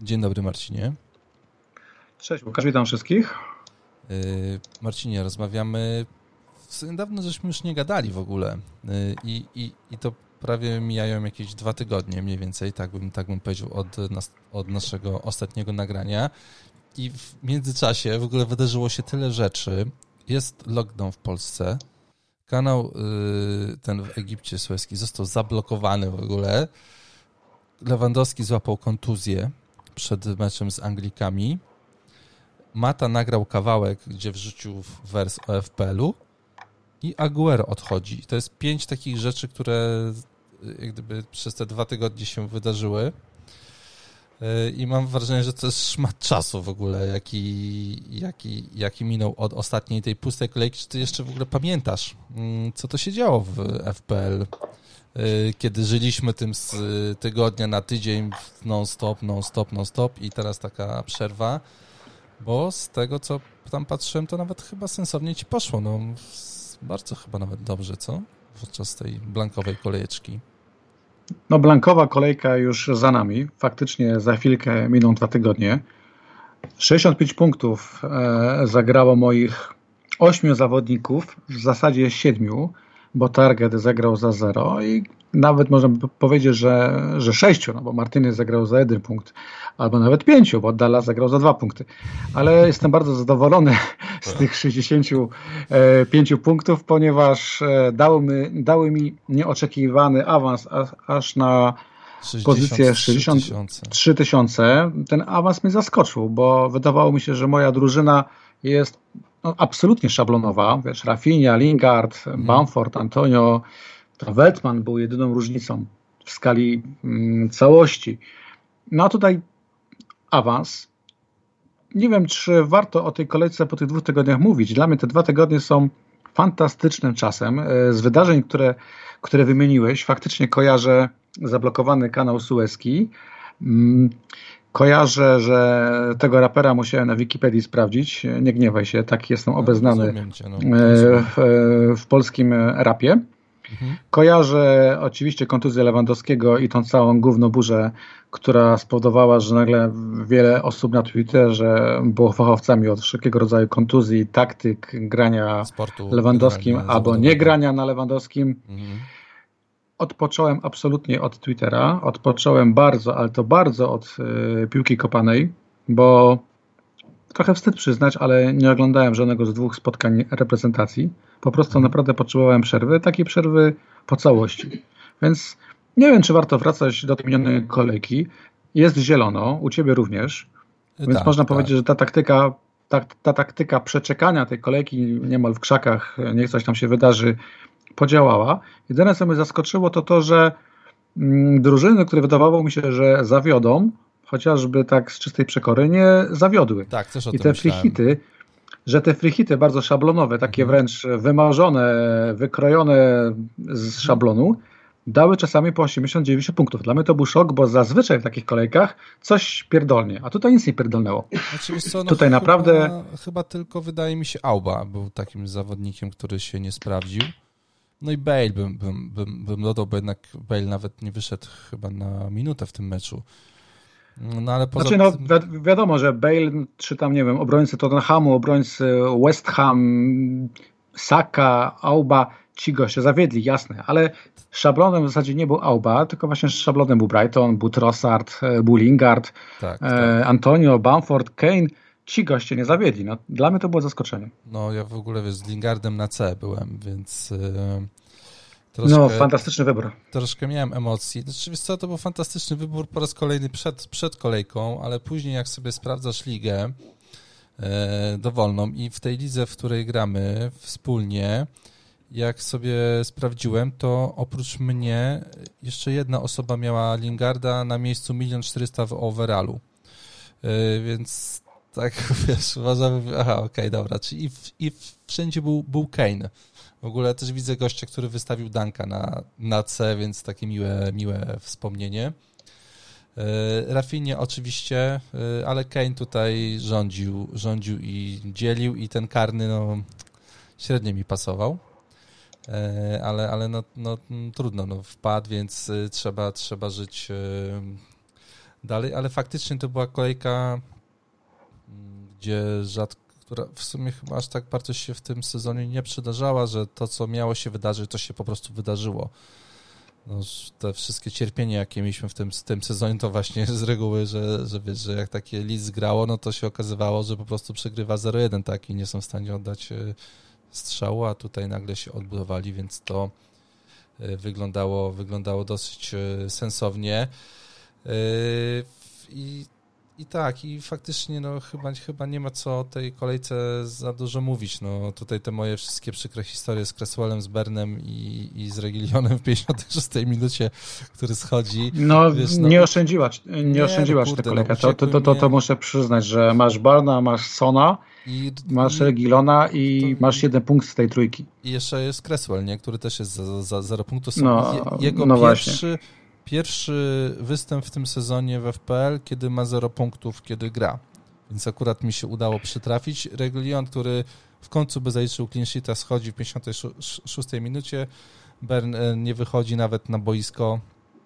Dzień dobry, Marcinie. Cześć Łukasz, witam wszystkich. Marcinie, rozmawiamy, dawno żeśmy już nie gadali w ogóle i to prawie mijają jakieś 2 tygodnie mniej więcej, tak bym powiedział, od naszego ostatniego nagrania i w międzyczasie w ogóle wydarzyło się tyle rzeczy. Jest lockdown w Polsce, kanał ten w Egipcie Suezki został zablokowany w ogóle, Lewandowski złapał kontuzję przed meczem z Anglikami, Mata nagrał kawałek, gdzie wrzucił wers o FPL-u i Aguero odchodzi. To jest 5 takich rzeczy, które jak gdyby przez te 2 tygodnie się wydarzyły i mam wrażenie, że to jest szmat czasu w ogóle, jaki minął od ostatniej tej pustej kolejki. Czy ty jeszcze w ogóle pamiętasz, co to się działo w FPL, kiedy żyliśmy tym z tygodnia na tydzień non-stop i teraz taka przerwa? Bo z tego, co tam patrzyłem, to nawet chyba sensownie ci poszło. No, bardzo chyba nawet dobrze, co? Podczas tej blankowej kolejeczki. No, blankowa kolejka już za nami. Faktycznie za chwilkę miną 2 tygodnie. 65 punktów zagrało moich 8 zawodników, w zasadzie 7, bo Target zagrał za 0 i nawet można by powiedzieć, że 6, no bo Martinez zagrał za 1 punkt, albo nawet 5, bo Dallas zagrał za 2 punkty. Ale jestem bardzo zadowolony z tych 65 punktów, ponieważ dały mi nieoczekiwany awans aż na pozycję 63 tysiące. Ten awans mnie zaskoczył, bo wydawało mi się, że moja drużyna jest absolutnie szablonowa. Wiesz, Rafinha, Lingard, Bamford, Antonio, to Veltman był jedyną różnicą w skali całości. No a tutaj awans. Nie wiem, czy warto o tej kolejce po tych 2 tygodniach mówić. Dla mnie te 2 tygodnie są fantastycznym czasem. Z wydarzeń, które wymieniłeś, faktycznie kojarzę zablokowany kanał Suezki. Kojarzę, że tego rapera musiałem na Wikipedii sprawdzić. Nie gniewaj się, tak jestem obeznany w polskim rapie. Kojarzę oczywiście kontuzję Lewandowskiego i tą całą gównoburzę, która spowodowała, że nagle wiele osób na Twitterze było fachowcami od wszelkiego rodzaju kontuzji, taktyk grania sportu Lewandowskim albo nie grania na Lewandowskim. Odpocząłem absolutnie od Twittera, odpocząłem bardzo, ale to bardzo od piłki kopanej, bo trochę wstyd przyznać, ale nie oglądałem żadnego z 2 spotkań reprezentacji. Po prostu naprawdę potrzebowałem przerwy, takiej przerwy po całości. Więc nie wiem, czy warto wracać do tej minionej kolejki. Jest zielono, u ciebie również, więc można powiedzieć, że ta taktyka przeczekania tej kolejki niemal w krzakach, niech coś tam się wydarzy, podziałała. Jedyne, co mnie zaskoczyło, to, że drużyny, które wydawało mi się, że zawiodą, chociażby tak z czystej przekory, nie zawiodły. Tak, też o I tym te free hity bardzo szablonowe, takie wręcz wymarzone, wykrojone z szablonu, dały czasami po 80-90 punktów. Dla mnie to był szok, bo zazwyczaj w takich kolejkach coś pierdolnie, a tutaj nic nie pierdolnęło. Znaczy, co, tutaj naprawdę... Chyba tylko, wydaje mi się, Auba był takim zawodnikiem, który się nie sprawdził. No i Bale bym dodał, bo jednak Bale nawet nie wyszedł chyba na minutę w tym meczu. No ale poza wiadomo, że Bale, czy tam, nie wiem, obrońcy Tottenhamu, obrońcy West Ham, Saka, Auba, ci goście zawiedli, jasne, ale szablonem w zasadzie nie był Auba, tylko właśnie szablonem był Brighton, był Trossard, był Lingard, Antonio, Bamford, Kane. Ci goście nie zawiedli. No, dla mnie to było zaskoczenie. No ja w ogóle z Lingardem na C byłem, więc fantastyczny wybór. Troszkę miałem emocji. Znaczy, wiesz co, to był fantastyczny wybór po raz kolejny przed kolejką, ale później jak sobie sprawdzasz ligę dowolną i w tej lidze, w której gramy wspólnie, jak sobie sprawdziłem, to oprócz mnie jeszcze jedna osoba miała Lingarda na miejscu 1 400 000 w overallu. Więc tak, wiesz, uważam, dobra, czyli i wszędzie był Kane. W ogóle też widzę gościa, który wystawił Danka na C, więc takie miłe wspomnienie. Rafinha oczywiście, ale Kane tutaj rządził i dzielił i ten karny średnio mi pasował. Ale trudno, wpadł, więc trzeba żyć dalej, ale faktycznie to była kolejka, gdzie która w sumie chyba aż tak bardzo się w tym sezonie nie przydarzała, że to, co miało się wydarzyć, to się po prostu wydarzyło. No, te wszystkie cierpienie, jakie mieliśmy w tym sezonie, to właśnie z reguły, że wiesz, że jak takie Leeds grało, no to się okazywało, że po prostu przegrywa 0-1, tak, i nie są w stanie oddać strzału, a tutaj nagle się odbudowali, więc to wyglądało dosyć sensownie. I faktycznie no chyba nie ma co o tej kolejce za dużo mówić. No tutaj te moje wszystkie przykre historie z Cresswellem, z Bernem i z Regilionem w 56 minucie, który schodzi. No, wiesz, nie oszczędziła ta kolejka. To muszę przyznać, że masz Barna, masz Sona, masz Regilona i masz 1 punkt z tej trójki. I jeszcze jest Cresswell, nie? Który też jest za 0 punktów. Jego pierwszy występ w tym sezonie w FPL, kiedy ma 0 punktów, kiedy gra. Więc akurat mi się udało przytrafić. Regilion, który w końcu by zaliczył clean sheeta, schodzi w 56 minucie. Bern nie wychodzi nawet na boisko,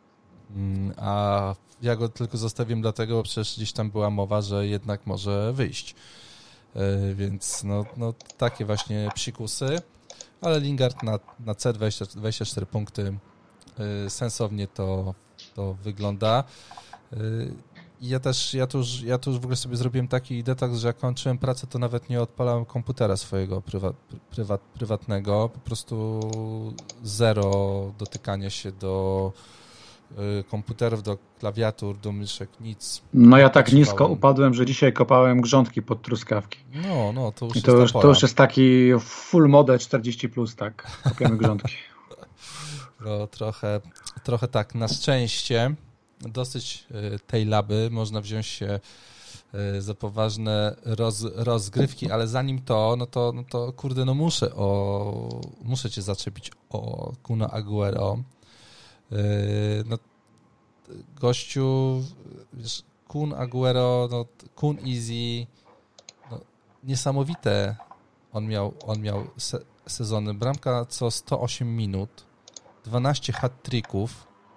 a ja go tylko zostawiłem dlatego, bo przecież gdzieś tam była mowa, że jednak może wyjść. Więc no takie właśnie psikusy. Ale Lingard na C 24 punkty. Sensownie to wygląda. Ja tu już w ogóle sobie zrobiłem taki detoks, że jak kończyłem pracę, to nawet nie odpalałem komputera swojego prywatnego. Po prostu zero dotykania się do komputerów, do klawiatur, do myszek, nic. No ja tak nisko upadłem, że dzisiaj kopałem grządki pod truskawki. No to już i to już jest taki full mode 40+, tak? Kopiamy grządki. No, trochę tak, na szczęście dosyć tej laby można wziąć się za poważne rozgrywki, ale zanim to kurde, no muszę cię zaczepić o Kuna Aguero. No gościu, wiesz, Kun Aguero, no Kun Easy, no, niesamowite on miał sezony. Bramka co 108 minut, 12 hat-tricków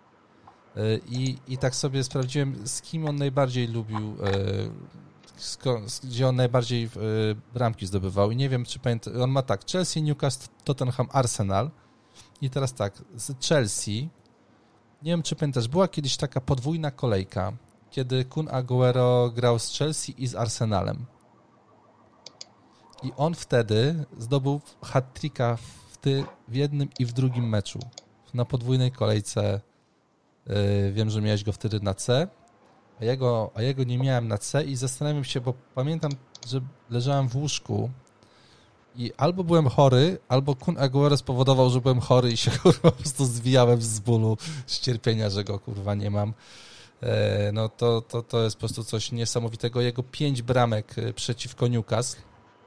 i tak sobie sprawdziłem, z kim on najbardziej lubił, gdzie on najbardziej bramki zdobywał i nie wiem, czy pamiętam, on ma tak, Chelsea, Newcastle, Tottenham, Arsenal i teraz tak, z Chelsea, nie wiem, czy pamiętasz, była kiedyś taka podwójna kolejka, kiedy Kun Aguero grał z Chelsea i z Arsenalem i on wtedy zdobył hat-tricka w jednym i w drugim meczu. Na podwójnej kolejce wiem, że miałeś go wtedy na C, a ja go nie miałem na C i zastanawiam się, bo pamiętam, że leżałem w łóżku i albo byłem chory, albo Kun Aguero spowodował, że byłem chory i się po prostu zwijałem z bólu, z cierpienia, że go kurwa nie mam. No to jest po prostu coś niesamowitego. Jego 5 bramek przeciwko Newcastle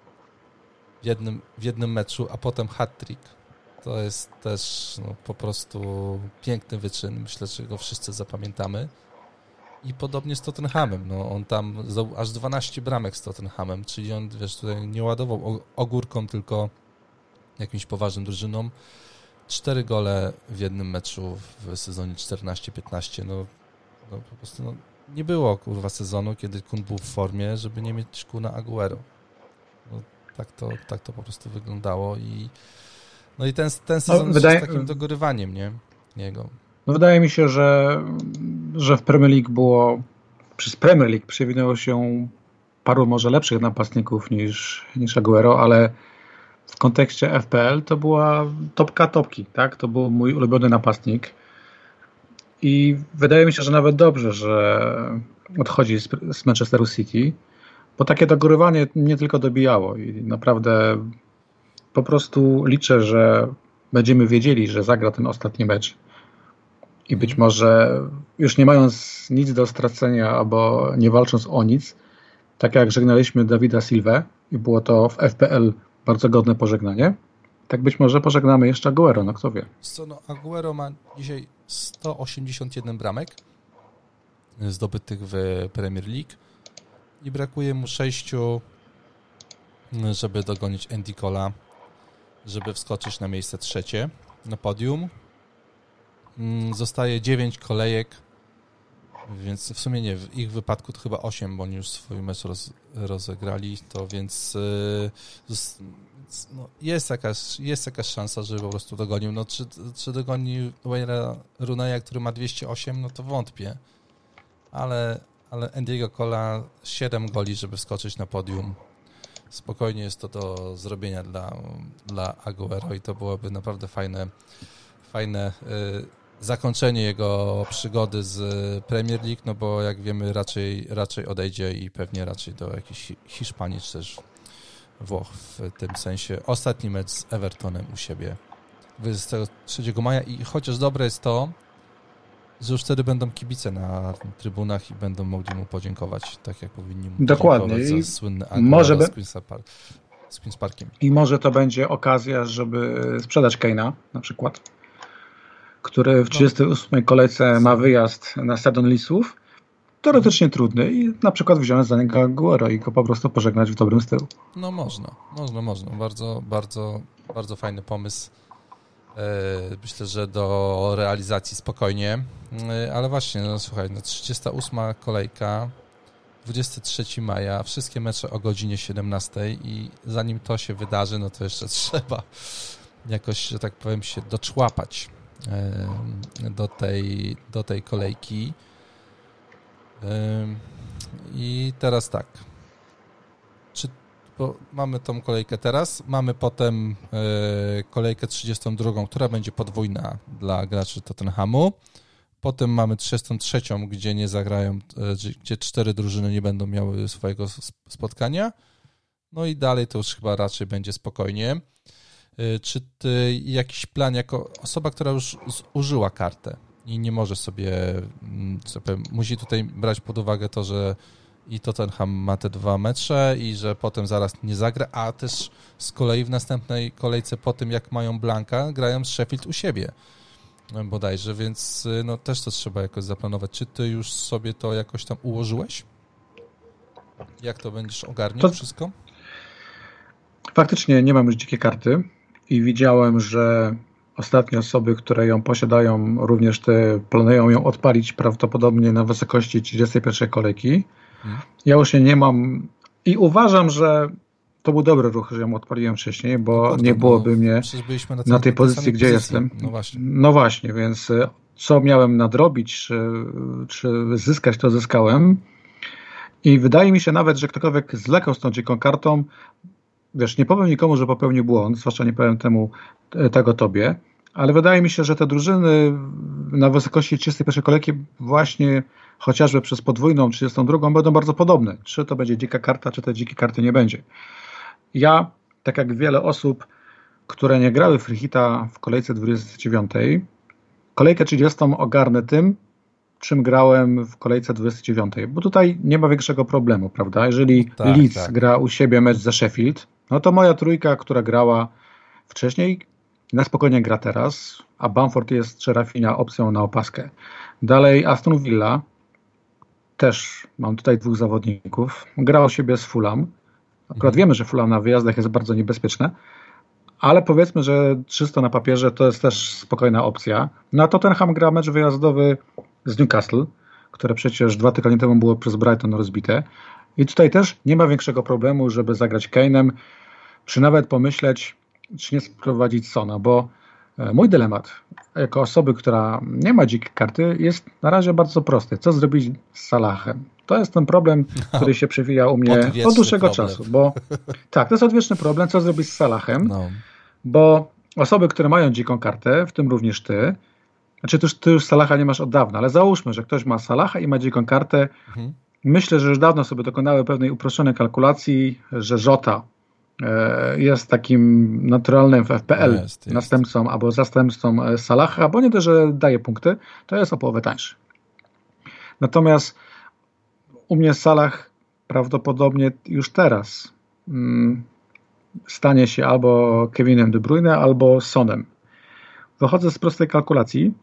w jednym meczu, a potem hat-trick. To jest też po prostu piękny wyczyn. Myślę, że go wszyscy zapamiętamy. I podobnie z Tottenhamem. No, on tam aż 12 bramek z Tottenhamem, czyli on, wiesz, tutaj nie ładował ogórką, tylko jakimś poważnym drużynom. 4 gole w jednym meczu w sezonie 14-15. No po prostu nie było kurwa sezonu, kiedy Kun był w formie, żeby nie mieć Kuna Aguero. No, tak to po prostu wyglądało i ten sezon jest takim dogorywaniem, nie? Jego. No wydaje mi się, że w Premier League przez Premier League przewinęło się paru może lepszych napastników niż Aguero, ale w kontekście FPL to była topka topki, tak? To był mój ulubiony napastnik i wydaje mi się, że nawet dobrze, że odchodzi z Manchesteru City, bo takie dogorywanie mnie tylko dobijało i naprawdę po prostu liczę, że będziemy wiedzieli, że zagra ten ostatni mecz i być może już nie mając nic do stracenia albo nie walcząc o nic, tak jak żegnaliśmy Davida Silvę i było to w FPL bardzo godne pożegnanie, tak być może pożegnamy jeszcze Aguero, no kto wie. Aguero ma dzisiaj 181 bramek zdobytych w Premier League i brakuje mu 6, żeby dogonić Andy Cole'a, żeby wskoczyć na miejsce 3 na podium. Zostaje 9 kolejek Więc w sumie nie, w ich wypadku to chyba 8, bo oni już swój mecz rozegrali, to więc no, jest jakaś szansa, że po prostu dogonił. No, czy dogoni Wayne'a Rooney'a, który ma 208, no to wątpię. Ale Andy'ego Cole'a 7 goli, żeby wskoczyć na podium. Spokojnie jest to do zrobienia dla Aguero i to byłoby naprawdę fajne zakończenie jego przygody z Premier League, no bo jak wiemy raczej odejdzie i pewnie raczej do jakiejś Hiszpanii czy też Włoch w tym sensie. Ostatni mecz z Evertonem u siebie 23 maja i chociaż dobre jest to, że już wtedy będą kibice na trybunach i będą mogli mu podziękować, tak jak powinni mu dokładnie za słynny Aguero z Queen's Parkiem. I może to będzie okazja, żeby sprzedać Kane'a na przykład, który w 38. kolejce ma wyjazd na Stadion Lisów, teoretycznie trudny i na przykład wziąć za niego Aguero i go po prostu pożegnać w dobrym stylu. No można. Bardzo, bardzo, bardzo fajny pomysł. Myślę, że do realizacji spokojnie, ale właśnie, no słuchaj, 38. kolejka, 23 maja, wszystkie mecze o godzinie 17 i zanim to się wydarzy, no to jeszcze trzeba jakoś, że tak powiem, się doczłapać do tej kolejki. I teraz tak, bo mamy tą kolejkę teraz, mamy potem kolejkę 32, która będzie podwójna dla graczy Tottenhamu. Potem mamy 33, gdzie nie zagrają, gdzie 4 drużyny nie będą miały swojego spotkania. No i dalej to już chyba raczej będzie spokojnie. Czy ty jakiś plan jako osoba, która już zużyła kartę i nie może sobie musi tutaj brać pod uwagę to, że i Tottenham ma te 2 mecze i że potem zaraz nie zagra, a też z kolei w następnej kolejce po tym, jak mają blanka, grają z Sheffield u siebie bodajże, więc no też to trzeba jakoś zaplanować. Czy ty już sobie to jakoś tam ułożyłeś? Jak to będziesz ogarniał wszystko? Faktycznie nie mam już dzikiej karty i widziałem, że ostatnie osoby, które ją posiadają, również te planują ją odpalić prawdopodobnie na wysokości 31 kolejki. Ja już jej nie mam i uważam, że to był dobry ruch, że ją odpaliłem wcześniej, bo nie byłoby mnie na tej pozycji, gdzie jestem. No właśnie, więc co miałem nadrobić, czy zyskać, to zyskałem. I wydaje mi się nawet, że ktokolwiek zwlekał z tą dziką kartą, wiesz, nie powiem nikomu, że popełnił błąd, zwłaszcza nie powiem tego tobie, ale wydaje mi się, że te drużyny na wysokości 31 kolejki właśnie chociażby przez podwójną 32 będą bardzo podobne. Czy to będzie dzika karta, czy tej dzikiej karty nie będzie. Ja, tak jak wiele osób, które nie grały free hita w kolejce 29, kolejkę 30 ogarnę tym, czym grałem w kolejce 29, bo tutaj nie ma większego problemu, prawda? Jeżeli Leeds gra u siebie mecz ze Sheffield, no to moja trójka, która grała wcześniej, na spokojnie gra teraz, a Bamford jest czy Rafinha opcją na opaskę. Dalej Aston Villa, też mam tutaj 2 zawodników, gra u siebie z Fulham. Akurat wiemy, że Fulham na wyjazdach jest bardzo niebezpieczne, ale powiedzmy, że czysto na papierze to jest też spokojna opcja. No a Tottenham gra mecz wyjazdowy z Newcastle, które przecież 2 tygodnie temu było przez Brighton rozbite. I tutaj też nie ma większego problemu, żeby zagrać Kane'em, czy nawet pomyśleć, czy nie sprowadzić Sona, bo mój dylemat jako osoby, która nie ma dzikiej karty, jest na razie bardzo prosty. Co zrobić z Salahem? To jest ten problem, który się przewija u mnie od dłuższego czasu. Bo tak, to jest odwieczny problem, co zrobić z Salahem, bo osoby, które mają dziką kartę, w tym również ty, znaczy ty już Salaha nie masz od dawna, ale załóżmy, że ktoś ma Salaha i ma dziką kartę. Myślę, że już dawno sobie dokonały pewnej uproszczonej kalkulacji, że Jota jest takim naturalnym w FPL następcą albo zastępcą Salaha, bo nie to, że daje punkty, to jest o połowę tańszy. Natomiast u mnie Salah prawdopodobnie już teraz stanie się albo Kevinem De Bruyne, albo Sonem. Wychodzę z prostej kalkulacji,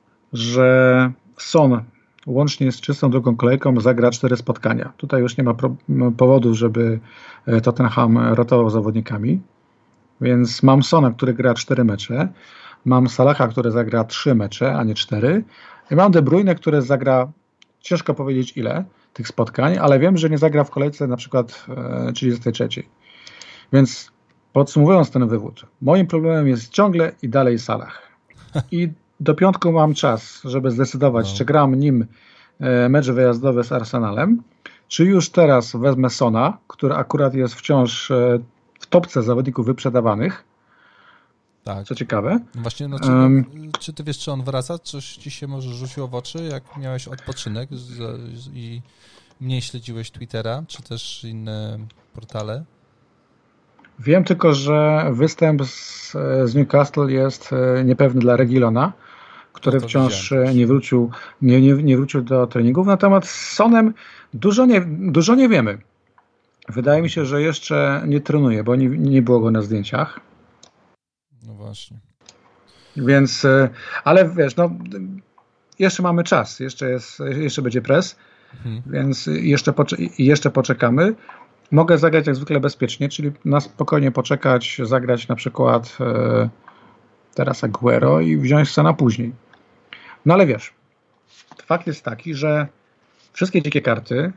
że Son łącznie z 32 kolejką zagra 4 spotkania. Tutaj już nie ma powodów, żeby Tottenham rotował zawodnikami. Więc mam Sona, który gra 4 mecze. Mam Salaha, który zagra 3 mecze, a nie 4. I mam De Bruyne, który zagra ciężko powiedzieć ile tych spotkań, ale wiem, że nie zagra w kolejce na przykład 33. Więc podsumowując ten wywód, moim problemem jest ciągle i dalej Salah. I do piątku mam czas, żeby zdecydować, czy gram nim mecz wyjazdowy z Arsenalem, czy już teraz wezmę Sona, który akurat jest wciąż w topce zawodników wyprzedawanych. Tak. Co ciekawe. Właśnie, czy ty wiesz, czy on wraca? Coś ci się może rzuciło w oczy, jak miałeś odpoczynek i mniej śledziłeś Twittera, czy też inne portale? Wiem tylko, że występ z Newcastle jest niepewny dla Reguilona, który wciąż nie wrócił do treningów. Na temat z Sonem dużo nie wiemy. Wydaje mi się, że jeszcze nie trenuje, bo nie było go na zdjęciach. No właśnie. Więc, ale wiesz, jeszcze mamy czas, jeszcze będzie pres, więc jeszcze poczekamy. Mogę zagrać jak zwykle bezpiecznie, czyli na spokojnie poczekać, zagrać na przykład teraz Aguero i wziąć Sona później. No ale wiesz, fakt jest taki, że wszystkie dzikie karty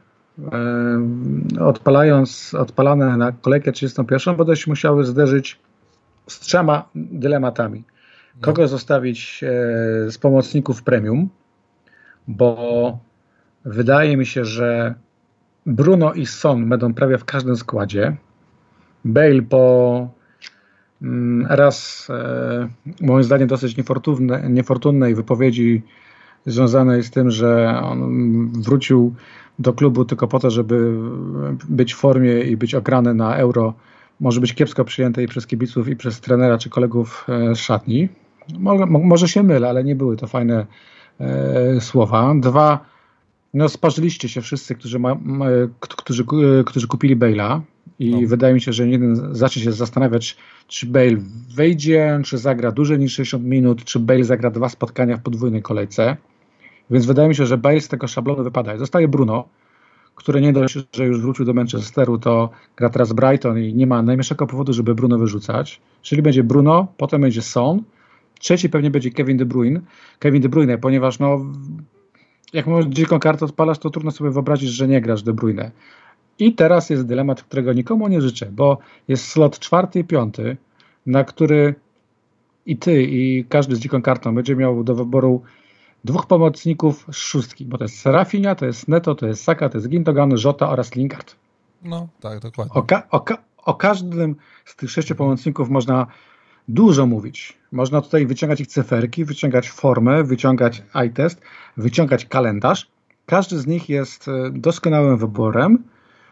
odpalane na kolejkę 31 będą się musiały zderzyć z 3 dylematami. Kogo zostawić z pomocników premium, bo wydaje mi się, że Bruno i Son będą prawie w każdym składzie. Bale po raz moim zdaniem dosyć niefortunnej wypowiedzi związanej z tym, że on wrócił do klubu tylko po to, żeby być w formie i być ograny na Euro, może być kiepsko przyjętej przez kibiców i przez trenera czy kolegów z szatni. Może się mylę, ale nie były to fajne słowa. 2, sparzyliście się wszyscy, którzy kupili Bale'a i wydaje mi się, że jeden zacznie się zastanawiać, czy Bale wejdzie, czy zagra dłużej niż 60 minut, czy Bale zagra 2 spotkania w podwójnej kolejce. Więc wydaje mi się, że Bale z tego szablonu wypada. Zostaje Bruno, który nie dość, że już wrócił do Manchesteru, to gra teraz Brighton i nie ma najmniejszego powodu, żeby Bruno wyrzucać. Czyli będzie Bruno, potem będzie Son, trzeci pewnie będzie Kevin De Bruyne, ponieważ jak dziką kartę odpalasz, to trudno sobie wyobrazić, że nie grasz De Bruyne. I teraz jest dylemat, którego nikomu nie życzę, bo jest slot 4. i 5, na który i ty, i każdy z dziką kartą będzie miał do wyboru 2 pomocników z 6, bo to jest Rafinha, to jest Neto, to jest Saka, to jest Gindogan, Jota oraz Lingard. No, tak, dokładnie. O każdym z tych 6 pomocników można dużo mówić. Można tutaj wyciągać ich cyferki, wyciągać formę, wyciągać eye test, wyciągać kalendarz. Każdy z nich jest doskonałym wyborem.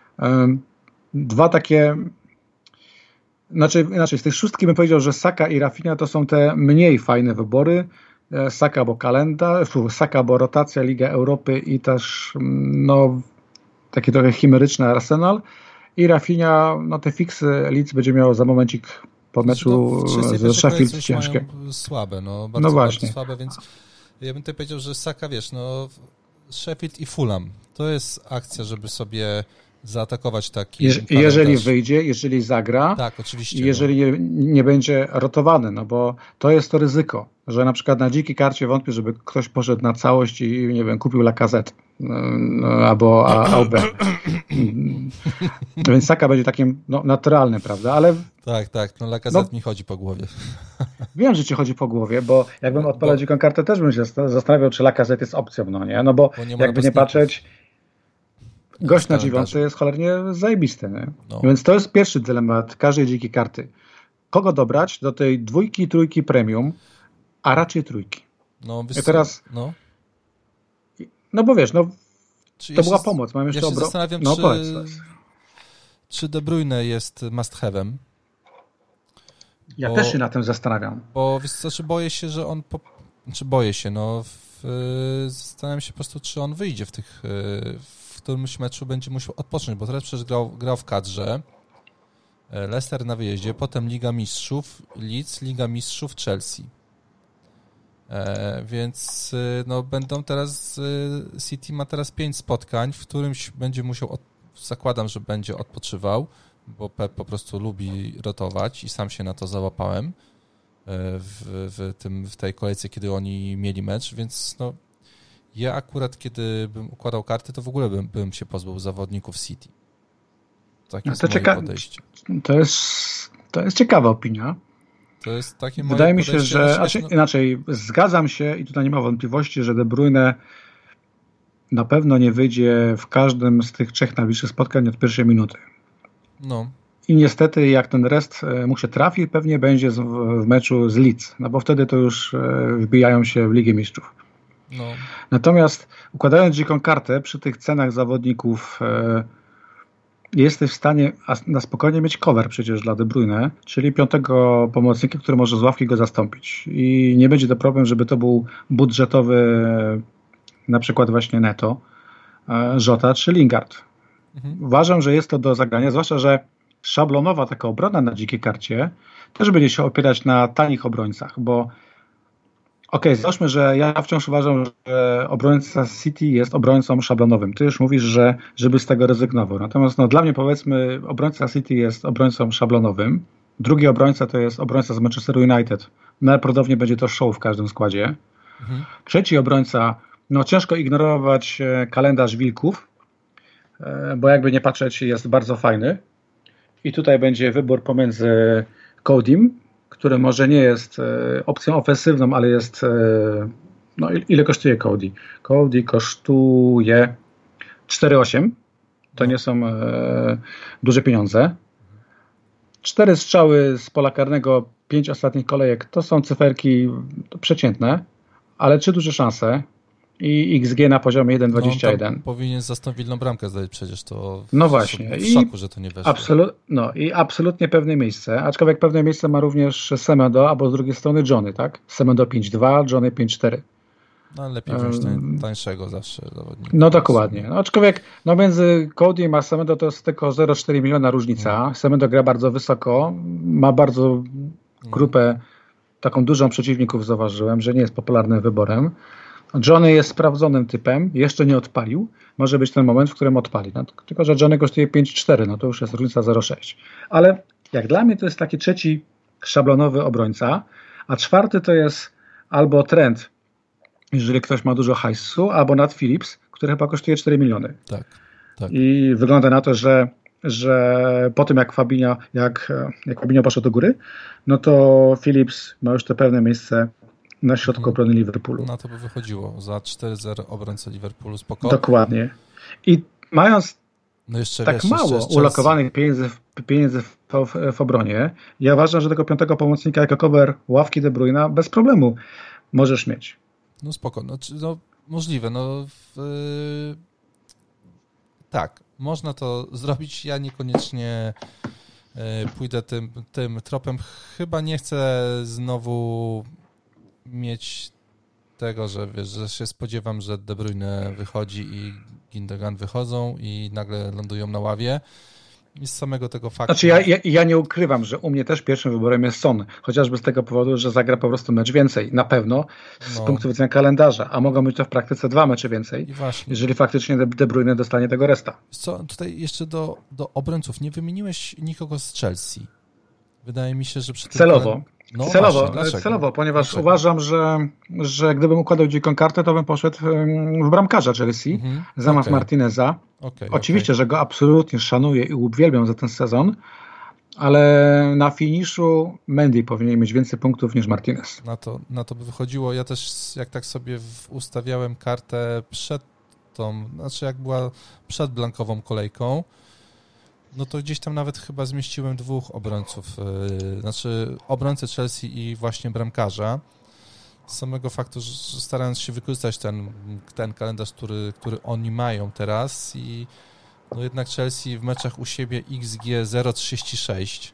2 takie... Inaczej, z tych 6 bym powiedział, że Saka i Rafinha to są te mniej fajne wybory. Saka, bo Saka, bo rotacja, Liga Europy i też taki trochę chimeryczny Arsenal. I Rafinha, te fiksy Leeds będzie miało za momencik po meczu ze Sheffield ciężkie. Słabe, bardzo słabe, więc ja bym tutaj powiedział, że Saka, Sheffield i Fulham, to jest akcja, żeby sobie zaatakować taki jeżeli wyjdzie, jeżeli zagra, tak, oczywiście, i jeżeli nie będzie rotowany, bo to jest to ryzyko, że na przykład na dzikiej karcie wątpię, żeby ktoś poszedł na całość i kupił Lacazette albo Aubę. Więc Saka będzie takim naturalnym, prawda? Ale tak, Lacazette mi chodzi po głowie. Wiem, że ci chodzi po głowie, bo jakbym odpalał dziką kartę, też bym się zastanawiał, czy Lacazette jest opcją, nie? Bo jakby nie patrzeć, gość na 9 jest cholernie zajebisty. Nie? Więc to jest pierwszy dylemat każdej dzikiej karty. Kogo dobrać do tej 2, 3 premium, a raczej 3. I teraz... bo wiesz, to była pomoc. Mam jeszcze zastanawiam, czy De Bruyne jest must have'em. Ja też się na tym zastanawiam. Bo boję się, że on... zastanawiam się po prostu, czy on wyjdzie w którymś meczu będzie musiał odpocząć, bo teraz przecież grał w kadrze. Leicester na wyjeździe, potem Liga Mistrzów Leeds, Liga Mistrzów Chelsea. Więc będą teraz City ma teraz 5 spotkań, w którymś będzie musiał, zakładam, że będzie odpoczywał, bo Pep po prostu lubi rotować i sam się na to załapałem w tej kolejce, kiedy oni mieli mecz, więc Ja akurat, kiedy bym układał karty, to w ogóle bym się pozbył zawodników City. Tak jest moje podejście. To jest ciekawa opinia. To jest takie moje Wydaje mi się, podejście. że inaczej, zgadzam się i tutaj nie ma wątpliwości, że De Bruyne na pewno nie wyjdzie w każdym z tych 3 najbliższych spotkań od pierwszej minuty. No. I niestety jak ten rest mu się trafi, pewnie będzie w meczu z Leeds, no bo wtedy to już wbijają się w Ligę Mistrzów. No. Natomiast układając dziką kartę przy tych cenach zawodników jesteś w stanie na spokojnie mieć cover przecież dla De Bruyne, czyli 5. pomocnika, który może z ławki go zastąpić. I nie będzie to problem, żeby to był budżetowy na przykład właśnie Neto, Jota czy Lingard. Uważam, że jest to do zagrania, zwłaszcza, że szablonowa taka obrona na dzikiej karcie też będzie się opierać na tanich obrońcach, bo załóżmy, że ja wciąż uważam, że obrońca City jest obrońcą szablonowym. Ty już mówisz, że żeby z tego rezygnował. Natomiast dla mnie powiedzmy obrońca City jest obrońcą szablonowym. Drugi obrońca to jest obrońca z Manchester United. Najprawdopodobniej będzie to show w każdym składzie. Trzeci obrońca, ciężko ignorować kalendarz Wilków, bo jakby nie patrzeć jest bardzo fajny. I tutaj będzie wybór pomiędzy Codym, który może nie jest opcją ofensywną, ale jest... ile kosztuje Cody? Cody kosztuje 4,8. To nie są duże pieniądze. 4 strzały z pola karnego, 5 ostatnich kolejek, to są cyferki przeciętne, ale 3 duże szanse i XG na poziomie 1,21. Powinien za tą Wilną bramkę zdać przecież, to właśnie. w szoku, że to nie weszło. I absolutnie pewne miejsce, aczkolwiek pewne miejsce ma również Semedo, albo z drugiej strony Johnny, tak? Semedo 5,2, Johnny 5,4. No lepiej wziąć tańszego zawsze zawodnika. No dokładnie. Aczkolwiek między Codym a Semedo to jest tylko 0,4 miliona różnica. Semedo gra bardzo wysoko, ma bardzo grupę taką dużą przeciwników, zauważyłem, że nie jest popularnym wyborem. Johnny jest sprawdzonym typem, jeszcze nie odpalił. Może być ten moment, w którym odpali. Tylko że Johnny kosztuje 5,4, to już jest różnica 0,6. Ale jak dla mnie to jest taki trzeci szablonowy obrońca, a 4 to jest albo Trent, jeżeli ktoś ma dużo hajsu, albo Nat Phillips, który chyba kosztuje 4 miliony. Tak. I wygląda na to, że po tym jak Fabinho poszedł do góry, to Phillips ma już to pewne miejsce na środku obrony Liverpoolu. Na to by wychodziło. Za 4-0 obrońca Liverpoolu spoko. Dokładnie. I mając jeszcze, mało ulokowanych pieniędzy w obronie, ja uważam, że tego 5. pomocnika jako cover ławki De Bruyna bez problemu możesz mieć. No spoko. Możliwe. Tak, można to zrobić. Ja niekoniecznie pójdę tym tropem. Chyba nie chcę znowu mieć tego, że że się spodziewam, że De Bruyne wychodzi i Gundogan wychodzą i nagle lądują na ławie. I z samego tego faktu... ja nie ukrywam, że u mnie też pierwszym wyborem jest Son. Chociażby z tego powodu, że zagra po prostu mecz więcej. Na pewno z punktu widzenia kalendarza. A mogą być to w praktyce 2 mecze więcej. Jeżeli faktycznie De Bruyne dostanie tego resta. Co, tutaj jeszcze do obrońców. Nie wymieniłeś nikogo z Chelsea. Wydaje mi się, że przy tym... Celowo, ponieważ uważam, że gdybym układał dziką kartę, to bym poszedł w bramkarza Chelsea zamiast Martineza. Oczywiście, że go absolutnie szanuję i uwielbiam za ten sezon, ale na finiszu Mendy powinien mieć więcej punktów niż Martinez. Na to by wychodziło. Ja też jak tak sobie ustawiałem kartę przed jak była przed blankową kolejką, to gdzieś tam nawet chyba zmieściłem 2 obrońców, obrońcę Chelsea i właśnie bramkarza. Z samego faktu, że starając się wykorzystać ten kalendarz, który oni mają teraz i jednak Chelsea w meczach u siebie XG 0,36.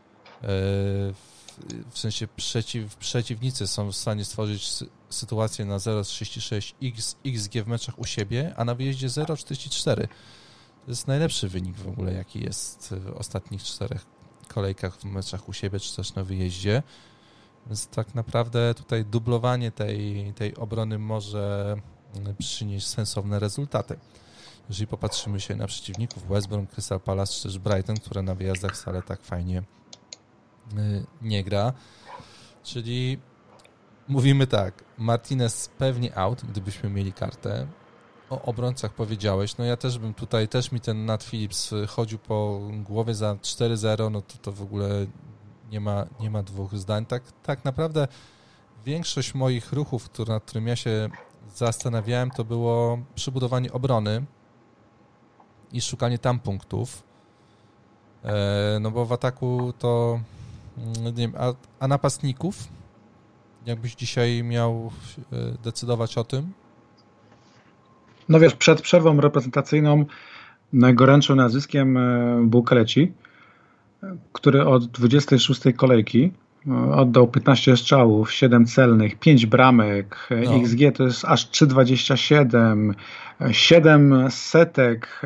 W sensie przeciwnicy są w stanie stworzyć sytuację na 0,36 XG w meczach u siebie, a na wyjeździe 0,44. To jest najlepszy wynik w ogóle, jaki jest w ostatnich 4 kolejkach w meczach u siebie, czy też na wyjeździe. Więc tak naprawdę tutaj dublowanie tej obrony może przynieść sensowne rezultaty. Jeżeli popatrzymy się na przeciwników West Brom, Crystal Palace, czy też Brighton, które na wyjazdach wcale tak fajnie nie gra. Czyli mówimy tak, Martinez pewnie out, gdybyśmy mieli kartę. O obrońcach powiedziałeś, no ja też bym tutaj, też mi ten Nat Phillips chodził po głowie za 4-0, no to w ogóle nie ma dwóch zdań. Tak naprawdę większość moich ruchów, nad którym ja się zastanawiałem, to było przybudowanie obrony i szukanie tam punktów. No bo w ataku to nie wiem, a napastników? Jakbyś dzisiaj miał decydować o tym? No wiesz, przed przerwą reprezentacyjną najgorętszym nazwiskiem był Keleci, który od 26 kolejki oddał 15 strzałów, 7 celnych, 5 bramek, no. XG to jest aż 3,27, 7 setek,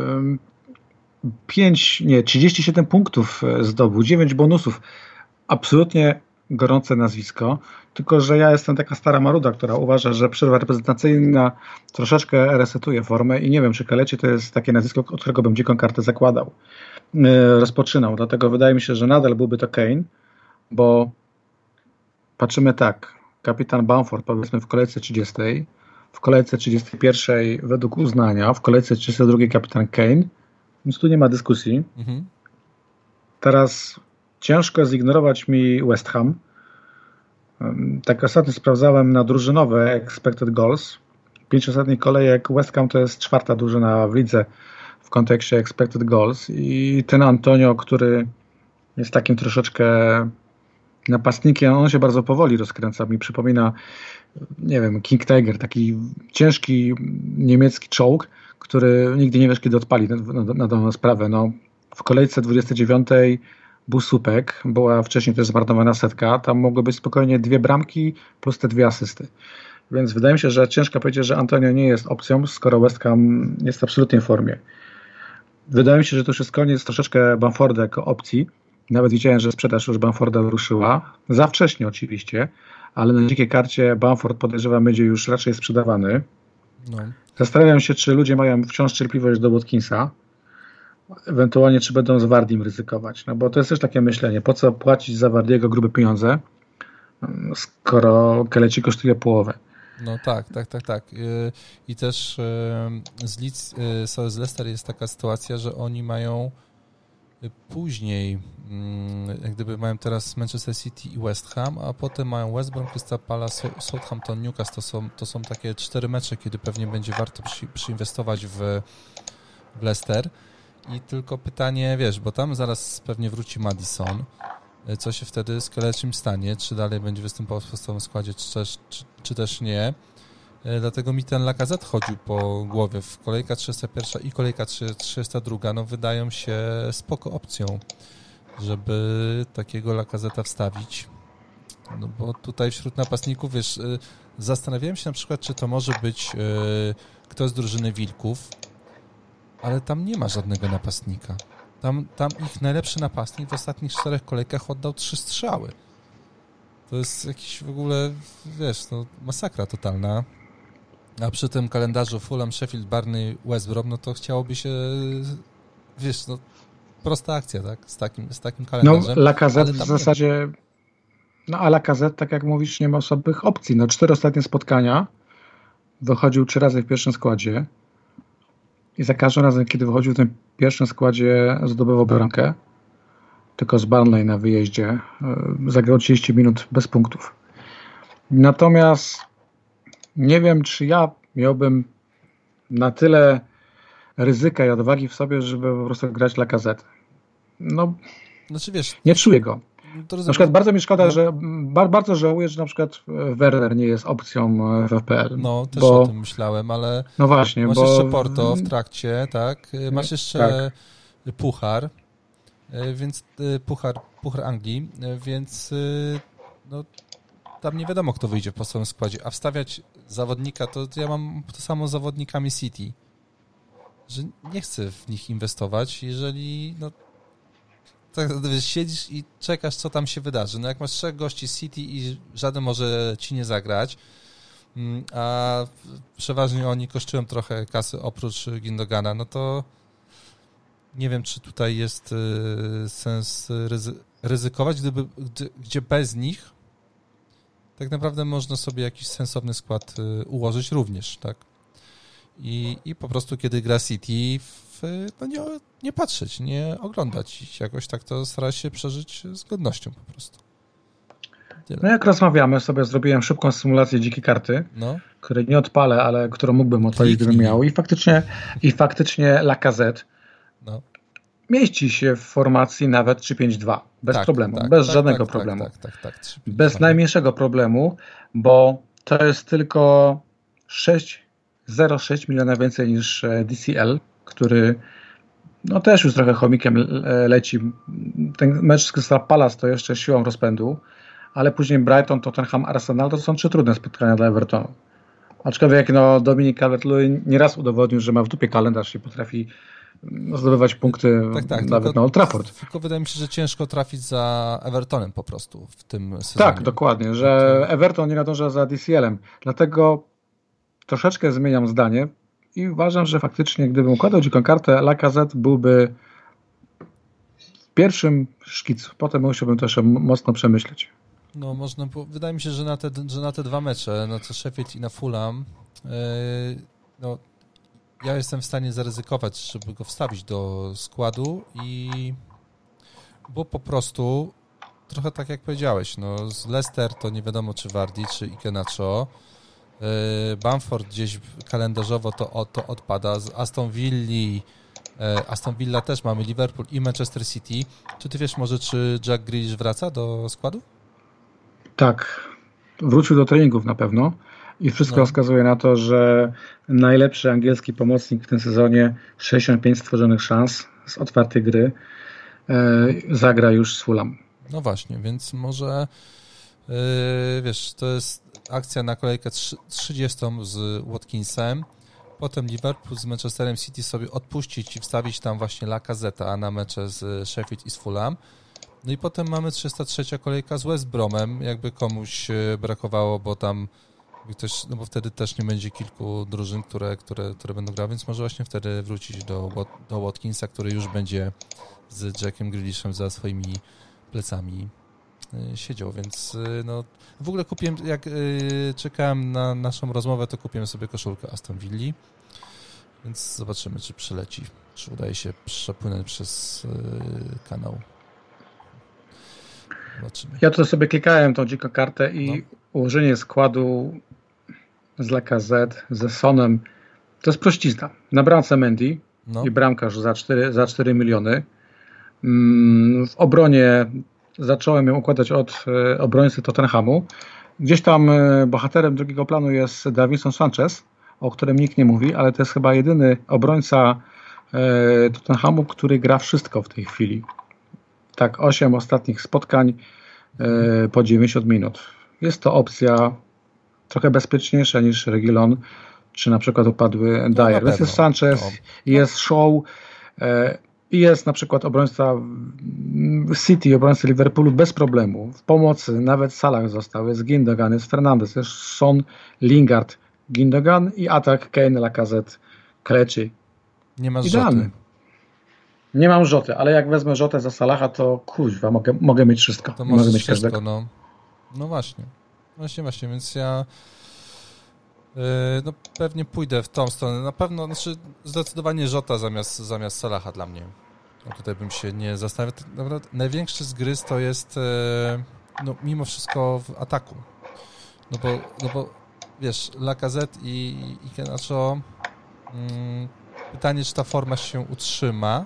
37 punktów zdobył, 9 bonusów. Absolutnie gorące nazwisko, tylko że ja jestem taka stara maruda, która uważa, że przerwa reprezentacyjna troszeczkę resetuje formę i nie wiem, czy Keleci to jest takie nazwisko, od którego bym dziką kartę zakładał, rozpoczynał. Dlatego wydaje mi się, że nadal byłby to Kane, bo patrzymy tak, kapitan Bamford powiedzmy w kolejce 30, w kolejce 31 według uznania, w kolejce 32 kapitan Kane, więc tu nie ma dyskusji. Mhm. Teraz ciężko zignorować mi West Ham. Tak ostatnio sprawdzałem na drużynowe expected goals. 5 ostatnich kolejek West Ham to jest 4. drużyna w lidze w kontekście expected goals i ten Antonio, który jest takim troszeczkę napastnikiem, on się bardzo powoli rozkręca. Mi przypomina, nie wiem, King Tiger, taki ciężki niemiecki czołg, który nigdy nie wiesz, kiedy odpali na daną sprawę. No, w kolejce 29 był słupek, była wcześniej też zmarnowana setka, tam mogły być spokojnie 2 bramki plus te 2 asysty. Więc wydaje mi się, że ciężko powiedzieć, że Antonio nie jest opcją, skoro West Ham jest absolutnie w formie. Wydaje mi się, że to już jest koniec troszeczkę Bamforda jako opcji. Nawet widziałem, że sprzedaż już Bamforda ruszyła. Za wcześnie oczywiście, ale na dzikiej karcie Bamford podejrzewam będzie już raczej sprzedawany. No. Zastanawiam się, czy ludzie mają wciąż cierpliwość do Watkinsa. Ewentualnie, czy będą z Wardim ryzykować. No bo to jest też takie myślenie. Po co płacić za Wardiego grube pieniądze, skoro Keleci kosztuje połowę? No tak. I też z Leicester jest taka sytuacja, że oni mają później, jak gdyby mają teraz Manchester City i West Ham, a potem mają West Brom, Crystal Palace, Southampton, Newcastle. To są takie 4 mecze, kiedy pewnie będzie warto przyinwestować w Leicester. I tylko pytanie, wiesz, bo tam zaraz pewnie wróci Maddison. Co się wtedy z Kelecim stanie? Czy dalej będzie występował w podstawowym składzie, czy też nie? Dlatego mi ten Lacazette chodził po głowie. W kolejka 31 i kolejka 32 no wydają się spoko opcją, żeby takiego Lacazette'a wstawić. No bo tutaj wśród napastników, wiesz, zastanawiałem się na przykład, czy to może być ktoś z drużyny Wilków, ale tam nie ma żadnego napastnika. Tam ich najlepszy napastnik w ostatnich 4 kolejkach oddał 3 strzały. To jest jakiś w ogóle, wiesz, no masakra totalna. A przy tym kalendarzu Fulham, Sheffield, Barney, West Brom, no to chciałoby się, wiesz, no prosta akcja, tak? Z takim kalendarzem. No, Lacazette w zasadzie, no a Lacazette, tak jak mówisz, nie ma osobnych opcji. No 4 ostatnie spotkania wychodził 3 razy w pierwszym składzie i za każdym razem, kiedy wychodził w tym pierwszym składzie, zdobywał bramkę. Tylko z Burnley na wyjeździe zagrał 30 minut bez punktów. Natomiast nie wiem, czy ja miałbym na tyle ryzyka i odwagi w sobie, żeby po prostu grać Lacazette. No, znaczy, wiesz, nie czuję go. Na przykład bardzo mi szkoda, że bardzo żałuję, że na przykład Werner nie jest opcją w FPL. No, też o tym myślałem, ale no właśnie, masz jeszcze Porto w trakcie, tak? Masz jeszcze Puchar, więc Puchar Anglii, więc no, tam nie wiadomo, kto wyjdzie w podstawowym składzie, a wstawiać zawodnika, to ja mam to samo z zawodnikami City, że nie chcę w nich inwestować, jeżeli no tak siedzisz i czekasz, co tam się wydarzy. No jak masz 3 gości z City i żaden może ci nie zagrać, a przeważnie oni kosztują trochę kasy oprócz Gündogana, no to nie wiem, czy tutaj jest sens ryzykować, gdzie bez nich tak naprawdę można sobie jakiś sensowny skład ułożyć również, tak? I po prostu kiedy gra City, nie patrzeć, nie oglądać. Jakoś tak to starać się przeżyć z godnością po prostu. Tyle. No jak rozmawiamy, sobie zrobiłem szybką symulację dzikiej karty, której nie odpalę, ale którą mógłbym odpalić, gdybym miał. I faktycznie Lacazette mieści się w formacji nawet 3-5-2. Bez problemu. Bez żadnego problemu. Bez najmniejszego problemu, bo to jest tylko 0,6 miliona więcej niż DCL, który też już trochę chomikiem leci. Ten mecz z Crystal Palace to jeszcze siłą rozpędu, ale później Brighton, Tottenham, Arsenal to są 3 trudne spotkania dla Evertonu. Aczkolwiek Dominik Calvert-Lewin nieraz udowodnił, że ma w dupie kalendarz i potrafi zdobywać punkty nawet na Old Trafford. Tylko wydaje mi się, że ciężko trafić za Evertonem po prostu w tym sezonie. Tak, dokładnie, że Everton nie nadąża za DCL-em. Dlatego troszeczkę zmieniam zdanie i uważam, że faktycznie gdybym układał dziką kartę, Lacazette byłby w pierwszym szkicu. Potem musiałbym to jeszcze mocno przemyśleć. No można, wydaje mi się, że na te 2 mecze, na co Sheffield i na Fulham, ja jestem w stanie zaryzykować, żeby go wstawić do składu bo po prostu trochę tak jak powiedziałeś, z Leicester to nie wiadomo czy Vardy, czy Iheanacho, Bamford gdzieś kalendarzowo to odpada, z Aston Villa też mamy, Liverpool i Manchester City. Czy ty wiesz może, czy Jack Grealish wraca do składu? Tak, wrócił do treningów na pewno i wszystko wskazuje na to, że najlepszy angielski pomocnik w tym sezonie, 65 stworzonych szans z otwartej gry, zagra już z Fulham. No właśnie, więc może wiesz, to jest akcja na kolejkę 30 z Watkinsem, potem Liverpool z Manchesterem City sobie odpuścić i wstawić tam właśnie Lacazette'a na mecze z Sheffield i z Fulham. No i potem mamy 303 kolejka z West Bromem, jakby komuś brakowało, bo tam ktoś, bo wtedy też nie będzie kilku drużyn, które będą grały, więc może właśnie wtedy wrócić do Watkinsa, który już będzie z Jackiem Grealishem za swoimi plecami siedział, więc w ogóle kupiłem, jak czekałem na naszą rozmowę, to kupiłem sobie koszulkę Aston Villa, więc zobaczymy, czy przyleci, czy udaje się przepłynąć przez kanał. Zobaczymy. Ja tutaj sobie klikałem tą dziką kartę i ułożenie składu z Lacazette, ze Sonem, to jest prościzna. Na bramce Mendy i bramkarz za 4 miliony. W obronie zacząłem ją układać od obrońcy Tottenhamu. Gdzieś tam bohaterem drugiego planu jest Davinson Sanchez, o którym nikt nie mówi, ale to jest chyba jedyny obrońca Tottenhamu, który gra wszystko w tej chwili. Tak, 8 ostatnich spotkań po 90 minut. Jest to opcja trochę bezpieczniejsza niż Reguilon, czy na przykład upadły Dyer. Więc jest Sanchez, jest Shaw, i jest na przykład obrońca City, obrońca Liverpoolu bez problemu. W pomocy nawet Salah został, jest Gundogan, jest Fernandes, jest Son, Lingard, Gundogan i atak Kane, Lacazette, Kelechi. Nie masz idealny. Rzoty. Nie mam Rzoty, ale jak wezmę Rzotę za Salaha, to kuźwa, mogę mieć wszystko. To mogę mieć wszystko, każdego. No właśnie, więc ja pewnie pójdę w tą stronę. Na pewno, zdecydowanie Rzota zamiast Salaha dla mnie. Tutaj bym się nie zastanawiał. Największy zgryz to jest mimo wszystko w ataku. No bo wiesz, Lacazette i Iheanacho, pytanie, czy ta forma się utrzyma.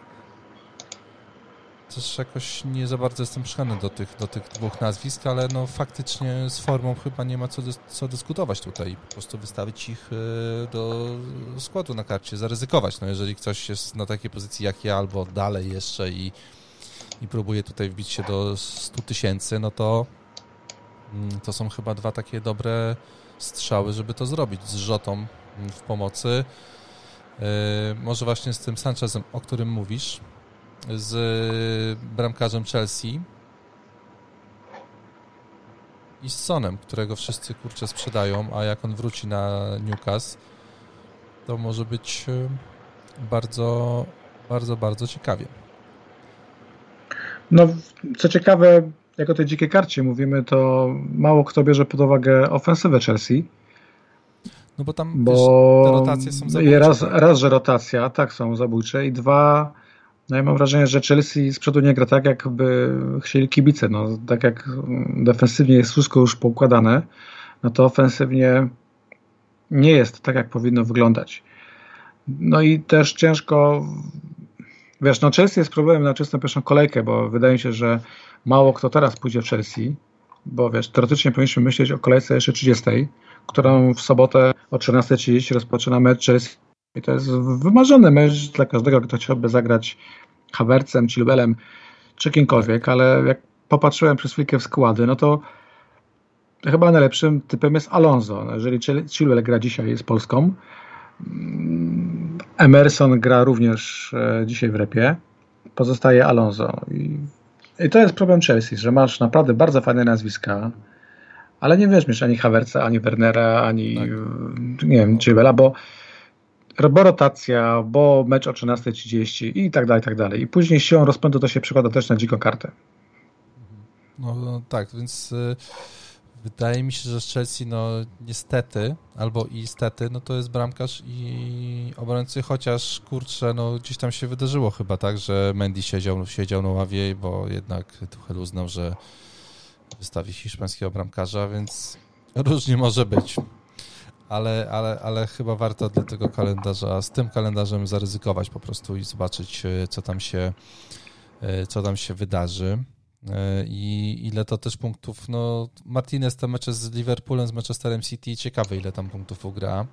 Też jakoś nie za bardzo jestem przekonany do tych 2 nazwisk, ale faktycznie z formą chyba nie ma co dyskutować tutaj. Po prostu wystawić ich do składu na karcie, zaryzykować. Jeżeli ktoś jest na takiej pozycji jak ja, albo dalej jeszcze i próbuje tutaj wbić się do 100 000, to są chyba 2 takie dobre strzały, żeby to zrobić z Rzotą w pomocy. Może właśnie z tym Sanchezem, o którym mówisz, z bramkarzem Chelsea i z Sonem, którego wszyscy sprzedają, a jak on wróci na Newcastle, to może być bardzo, bardzo, bardzo ciekawie. Co ciekawe, jak o tej dzikiej karcie mówimy, to mało kto bierze pod uwagę ofensywę Chelsea. No bo tam Bo wiesz, te rotacje są zabójcze. raz, że rotacja, tak, są zabójcze i dwa, no ja mam wrażenie, że Chelsea z przodu nie gra tak, jakby chcieli kibice. No, tak jak defensywnie jest wszystko już poukładane, no to ofensywnie nie jest tak, jak powinno wyglądać. No i też ciężko, wiesz, no Chelsea jest problemem na czystą pierwszą kolejkę, bo wydaje mi się, że mało kto teraz pójdzie w Chelsea, bo wiesz, teoretycznie powinniśmy myśleć o kolejce jeszcze 30, którą w sobotę o 13:30 rozpoczyna mecz Chelsea. I to jest wymarzony mecz dla każdego, kto chciałby zagrać Havertzem, Chilwellem czy kimkolwiek, ale jak popatrzyłem przez chwilkę w składy, no to chyba najlepszym typem jest Alonso. Jeżeli Chilwell gra dzisiaj z Polską, Emerson gra również dzisiaj w repie, pozostaje Alonso. I to jest problem Chelsea, że masz naprawdę bardzo fajne nazwiska, ale nie weźmiesz ani Havertza, ani Wernera, ani nie wiem, Chilwella, bo rotacja, bo mecz o 13:30 i tak dalej, i tak dalej. I później siłą rozpędu to się przekłada też na dziką kartę. No tak, więc wydaje mi się, że z Chelsea, no niestety, albo i stety, no to jest bramkarz i obrońcy, chociaż kurczę, no gdzieś tam się wydarzyło chyba tak, że Mendy siedział na ławie, bo jednak Tuchel uznał, że wystawi hiszpańskiego bramkarza, więc różnie może być. Ale chyba warto dla tego kalendarza, z tym kalendarzem zaryzykować po prostu i zobaczyć, co tam się wydarzy. I ile to też punktów, no Martinez te mecze z Liverpoolem, z Manchesterem City, ciekawe ile tam punktów ugra,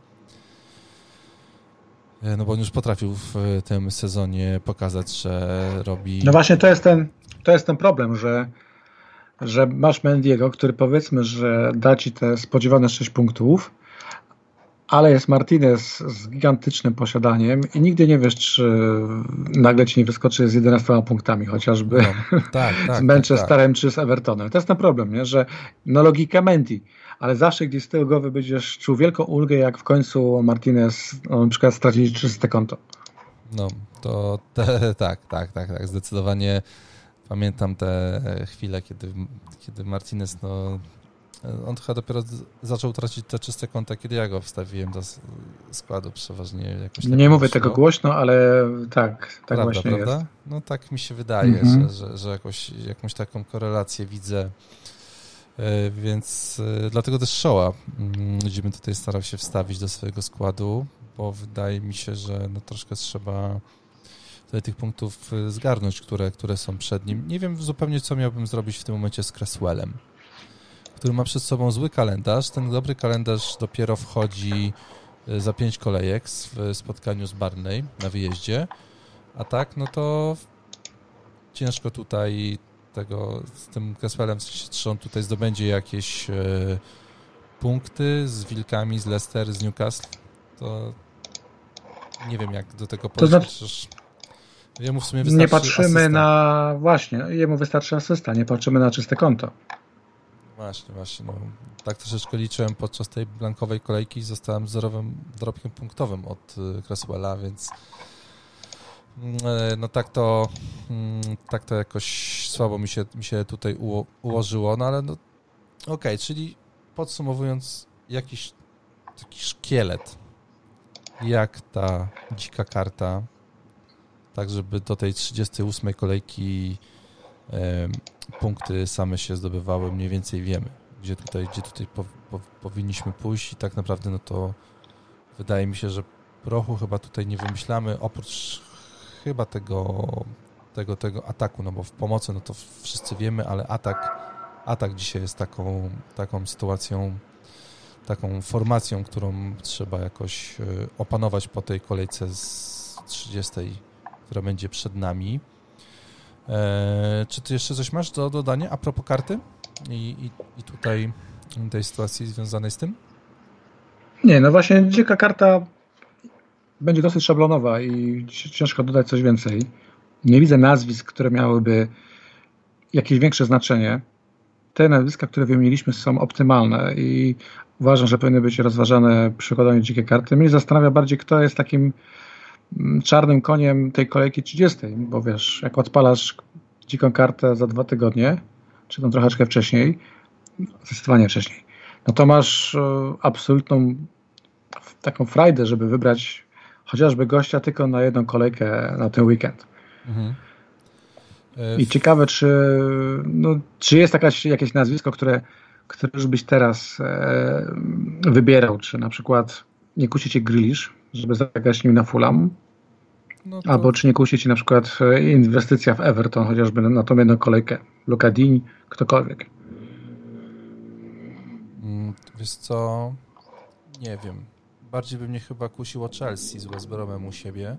no bo on już potrafił w tym sezonie pokazać, że robi... No właśnie to jest ten problem, że masz Mendiego, który powiedzmy, że da ci te spodziewane 6 punktów, ale jest Martinez z gigantycznym posiadaniem i nigdy nie wiesz, czy nagle ci nie wyskoczy z 11 punktami, chociażby z Manchesterem czy z Evertonem. To jest ten problem, nie? Że no logika Mendy, ale zawsze gdzieś z tyłu głowy będziesz czuł wielką ulgę, jak w końcu Martinez na przykład straci czyste konto. No, to tak, zdecydowanie pamiętam te chwile, kiedy Martinez, no on chyba dopiero zaczął tracić te czyste konta, kiedy ja go wstawiłem do składu przeważnie. Jakoś tak nie mówię tego głośno, ale tak prawda, właśnie prawda? jest. No tak mi się wydaje, że jakąś taką korelację widzę, więc dlatego też Shaw'a będziemy tutaj starał się wstawić do swojego składu, bo wydaje mi się, że no troszkę trzeba tutaj tych punktów zgarnąć, które są przed nim. Nie wiem zupełnie, co miałbym zrobić w tym momencie z Cresswellem, który ma przed sobą zły kalendarz. Ten dobry kalendarz dopiero wchodzi za 5 kolejek w spotkaniu z Burnley na wyjeździe. A tak, no to ciężko tutaj z tym Cresswellem, czy on tutaj zdobędzie jakieś punkty z Wilkami, z Leicester, z Newcastle. To nie wiem, jak do tego podejść. To znaczy, jemu w sumie wystarczy nie patrzymy asysta. Właśnie, jemu wystarczy asysta, nie patrzymy na czyste konto. Właśnie. No, tak troszeczkę liczyłem podczas tej blankowej kolejki i zostałem zerowym dorobkiem punktowym od Cresswella, więc no tak to jakoś słabo mi się tutaj ułożyło, no ale no okej, czyli podsumowując, jakiś taki szkielet, jak ta dzika karta, tak żeby do tej 38 kolejki punkty same się zdobywały, mniej więcej wiemy, gdzie tutaj powinniśmy pójść i tak naprawdę no to wydaje mi się, że prochu chyba tutaj nie wymyślamy, oprócz chyba tego ataku, no bo w pomocy no to wszyscy wiemy, ale atak dzisiaj jest taką sytuacją, taką formacją, którą trzeba jakoś opanować po tej kolejce z 30, która będzie przed nami. Czy ty jeszcze coś masz do dodania a propos karty i tutaj tej sytuacji związanej z tym? Nie, no właśnie dzika karta będzie dosyć szablonowa i ciężko dodać coś więcej. Nie widzę nazwisk, które miałyby jakieś większe znaczenie. Te nazwiska, które wymieniliśmy, są optymalne i uważam, że powinny być rozważane przy układaniu dzikiej karty. Mnie zastanawia bardziej, kto jest takim czarnym koniem tej kolejki 30, bo wiesz, jak odpalasz dziką kartę za 2 tygodnie, czy tam troszeczkę wcześniej, zdecydowanie wcześniej, no to masz absolutną taką frajdę, żeby wybrać chociażby gościa tylko na jedną kolejkę na ten weekend. Mhm. I ciekawe, czy jest jakieś nazwisko, które już byś teraz wybierał, czy na przykład nie kusi cię Grealish, żeby zagrać nim na Fulham, no to... albo czy nie kusi cię na przykład inwestycja w Everton, chociażby na tą jedną kolejkę, Luka Digne, ktokolwiek. Wiesz co, nie wiem. Bardziej by mnie chyba kusiło Chelsea z West Bromem u siebie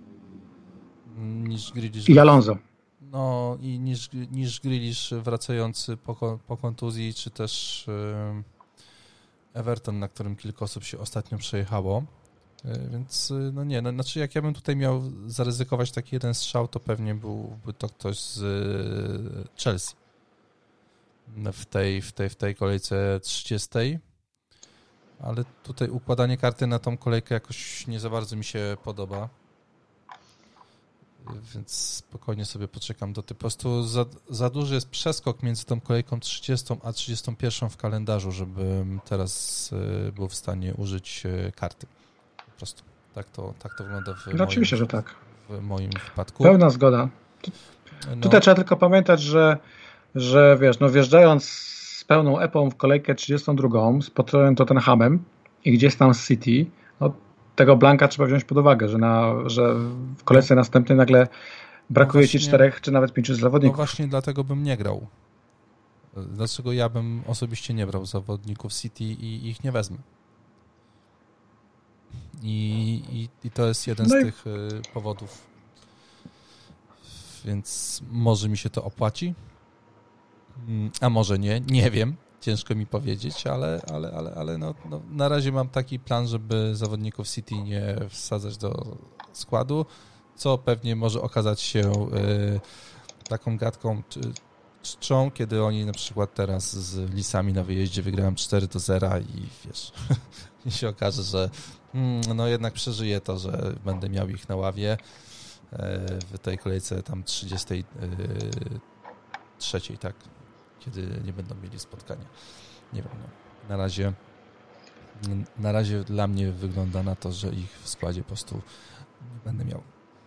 niż Grealish. I Alonso. No i niż Grealish wracający po kontuzji, czy też Everton, na którym kilka osób się ostatnio przejechało. Więc no nie, no, znaczy jak ja bym tutaj miał zaryzykować taki jeden strzał, to pewnie byłby to ktoś z Chelsea w tej kolejce 30. Ale tutaj układanie karty na tą kolejkę jakoś nie za bardzo mi się podoba. Więc spokojnie sobie poczekam po prostu za duży jest przeskok między tą kolejką 30 a 31 w kalendarzu, żebym teraz był w stanie użyć karty. Po prostu. Tak to wygląda oczywiście, że tak. W moim wypadku. Pełna zgoda. Tutaj trzeba tylko pamiętać, że wiesz, no wjeżdżając z pełną epą w kolejkę 32 z Tottenhamem i gdzieś tam z City, no tego blanka trzeba wziąć pod uwagę, że w kolejce następnej nagle brakuje ci 4 czy nawet 5 zawodników. No właśnie dlatego bym nie grał. Dlaczego ja bym osobiście nie brał zawodników City i ich nie wezmę. I to jest jeden z tych powodów. Więc może mi się to opłaci, a może nie wiem. Ciężko mi powiedzieć, ale no, na razie mam taki plan, żeby zawodników City nie wsadzać do składu, co pewnie może okazać się taką gadką czczą, kiedy oni na przykład teraz z Lisami na wyjeździe wygrają 4-0 i wiesz, i się okaże, że no jednak przeżyję to, że będę miał ich na ławie w tej kolejce tam 33, tak, kiedy nie będą mieli spotkania. Nie wiem, no. Na razie dla mnie wygląda na to, że ich w składzie po prostu nie będę miał.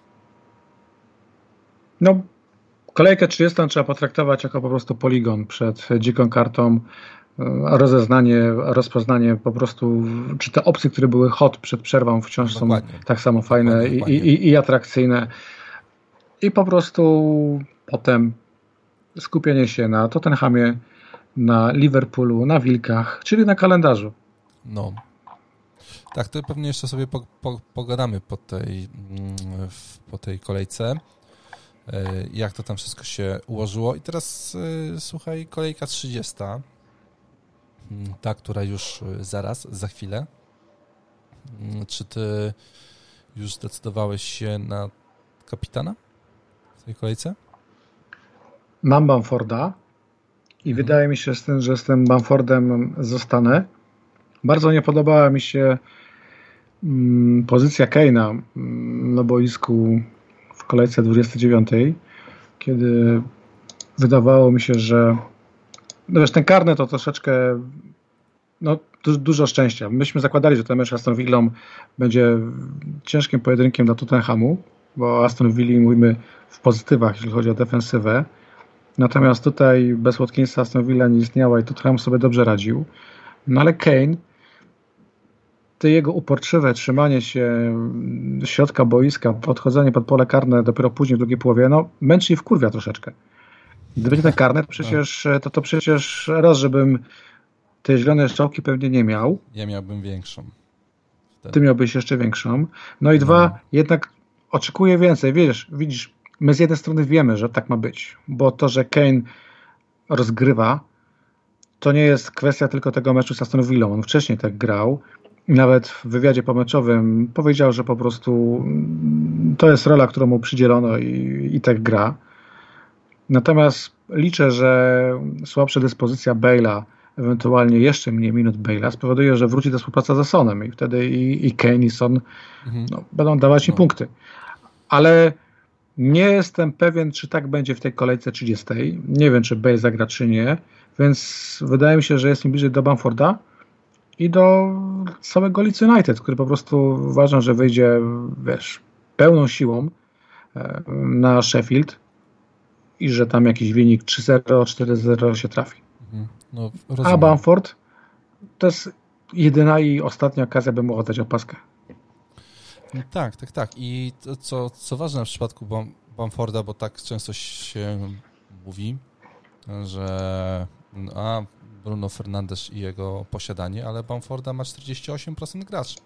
No, kolejkę 30 trzeba potraktować jako po prostu poligon przed dziką kartą, rozpoznanie po prostu, czy te opcje, które były hot przed przerwą wciąż są tak samo fajne i atrakcyjne. I po prostu potem skupienie się na Tottenhamie, na Liverpoolu, na Wilkach, czyli na kalendarzu. No. Tak, to pewnie jeszcze sobie pogadamy po tej kolejce, jak to tam wszystko się ułożyło. I teraz słuchaj, kolejka 30, ta, która już za chwilę. Czy ty już zdecydowałeś się na kapitana w tej kolejce? Mam Bamforda i wydaje mi się, że z tym Bamfordem zostanę. Bardzo nie podobała mi się pozycja Kane'a na boisku w kolejce 29, kiedy wydawało mi się, że no wiesz, ten karny to troszeczkę dużo szczęścia. Myśmy zakładali, że ten mecz Aston Villą będzie ciężkim pojedynkiem dla Tottenhamu, bo Aston Villa mówimy w pozytywach, jeśli chodzi o defensywę. Natomiast tutaj bez Watkinsa Aston Villa nie istniała i Tottenham sobie dobrze radził. No ale Kane, te jego uporczywe trzymanie się środka boiska, podchodzenie pod pole karne dopiero później w drugiej połowie, no męczy i wkurwia troszeczkę. Gdyby nie ten karnet, to przecież raz, żebym te zielone strzałki pewnie nie miał. Ja miałbym większą. Wtedy. Ty miałbyś jeszcze większą. No i dwa, jednak oczekuję więcej. Widzisz, my z jednej strony wiemy, że tak ma być, bo to, że Kane rozgrywa, to nie jest kwestia tylko tego meczu z Aston Villą. On wcześniej tak grał. Nawet w wywiadzie pomeczowym powiedział, że po prostu to jest rola, którą mu przydzielono i tak gra. Natomiast liczę, że słabsza dyspozycja Bale'a, ewentualnie jeszcze mniej minut Bale'a spowoduje, że wróci ta współpraca ze Sonem i wtedy i Kane i Son będą dawać mi punkty. Ale Nie jestem pewien, czy tak będzie w tej kolejce 30. Nie wiem, czy Bale zagra, czy nie, więc wydaje mi się, że jest mi bliżej do Bamforda i do całego Leeds United, który po prostu uważam, że wyjdzie, pełną siłą na Sheffield i że tam jakiś wynik 3-0, 4-0 się trafi. No, a Bamford to jest jedyna i ostatnia okazja, by mu oddać opaskę. Tak. I to, co ważne w przypadku Bamforda, bo tak często się mówi, że Bruno Fernandes i jego posiadanie, ale Bamforda ma 48% graczy.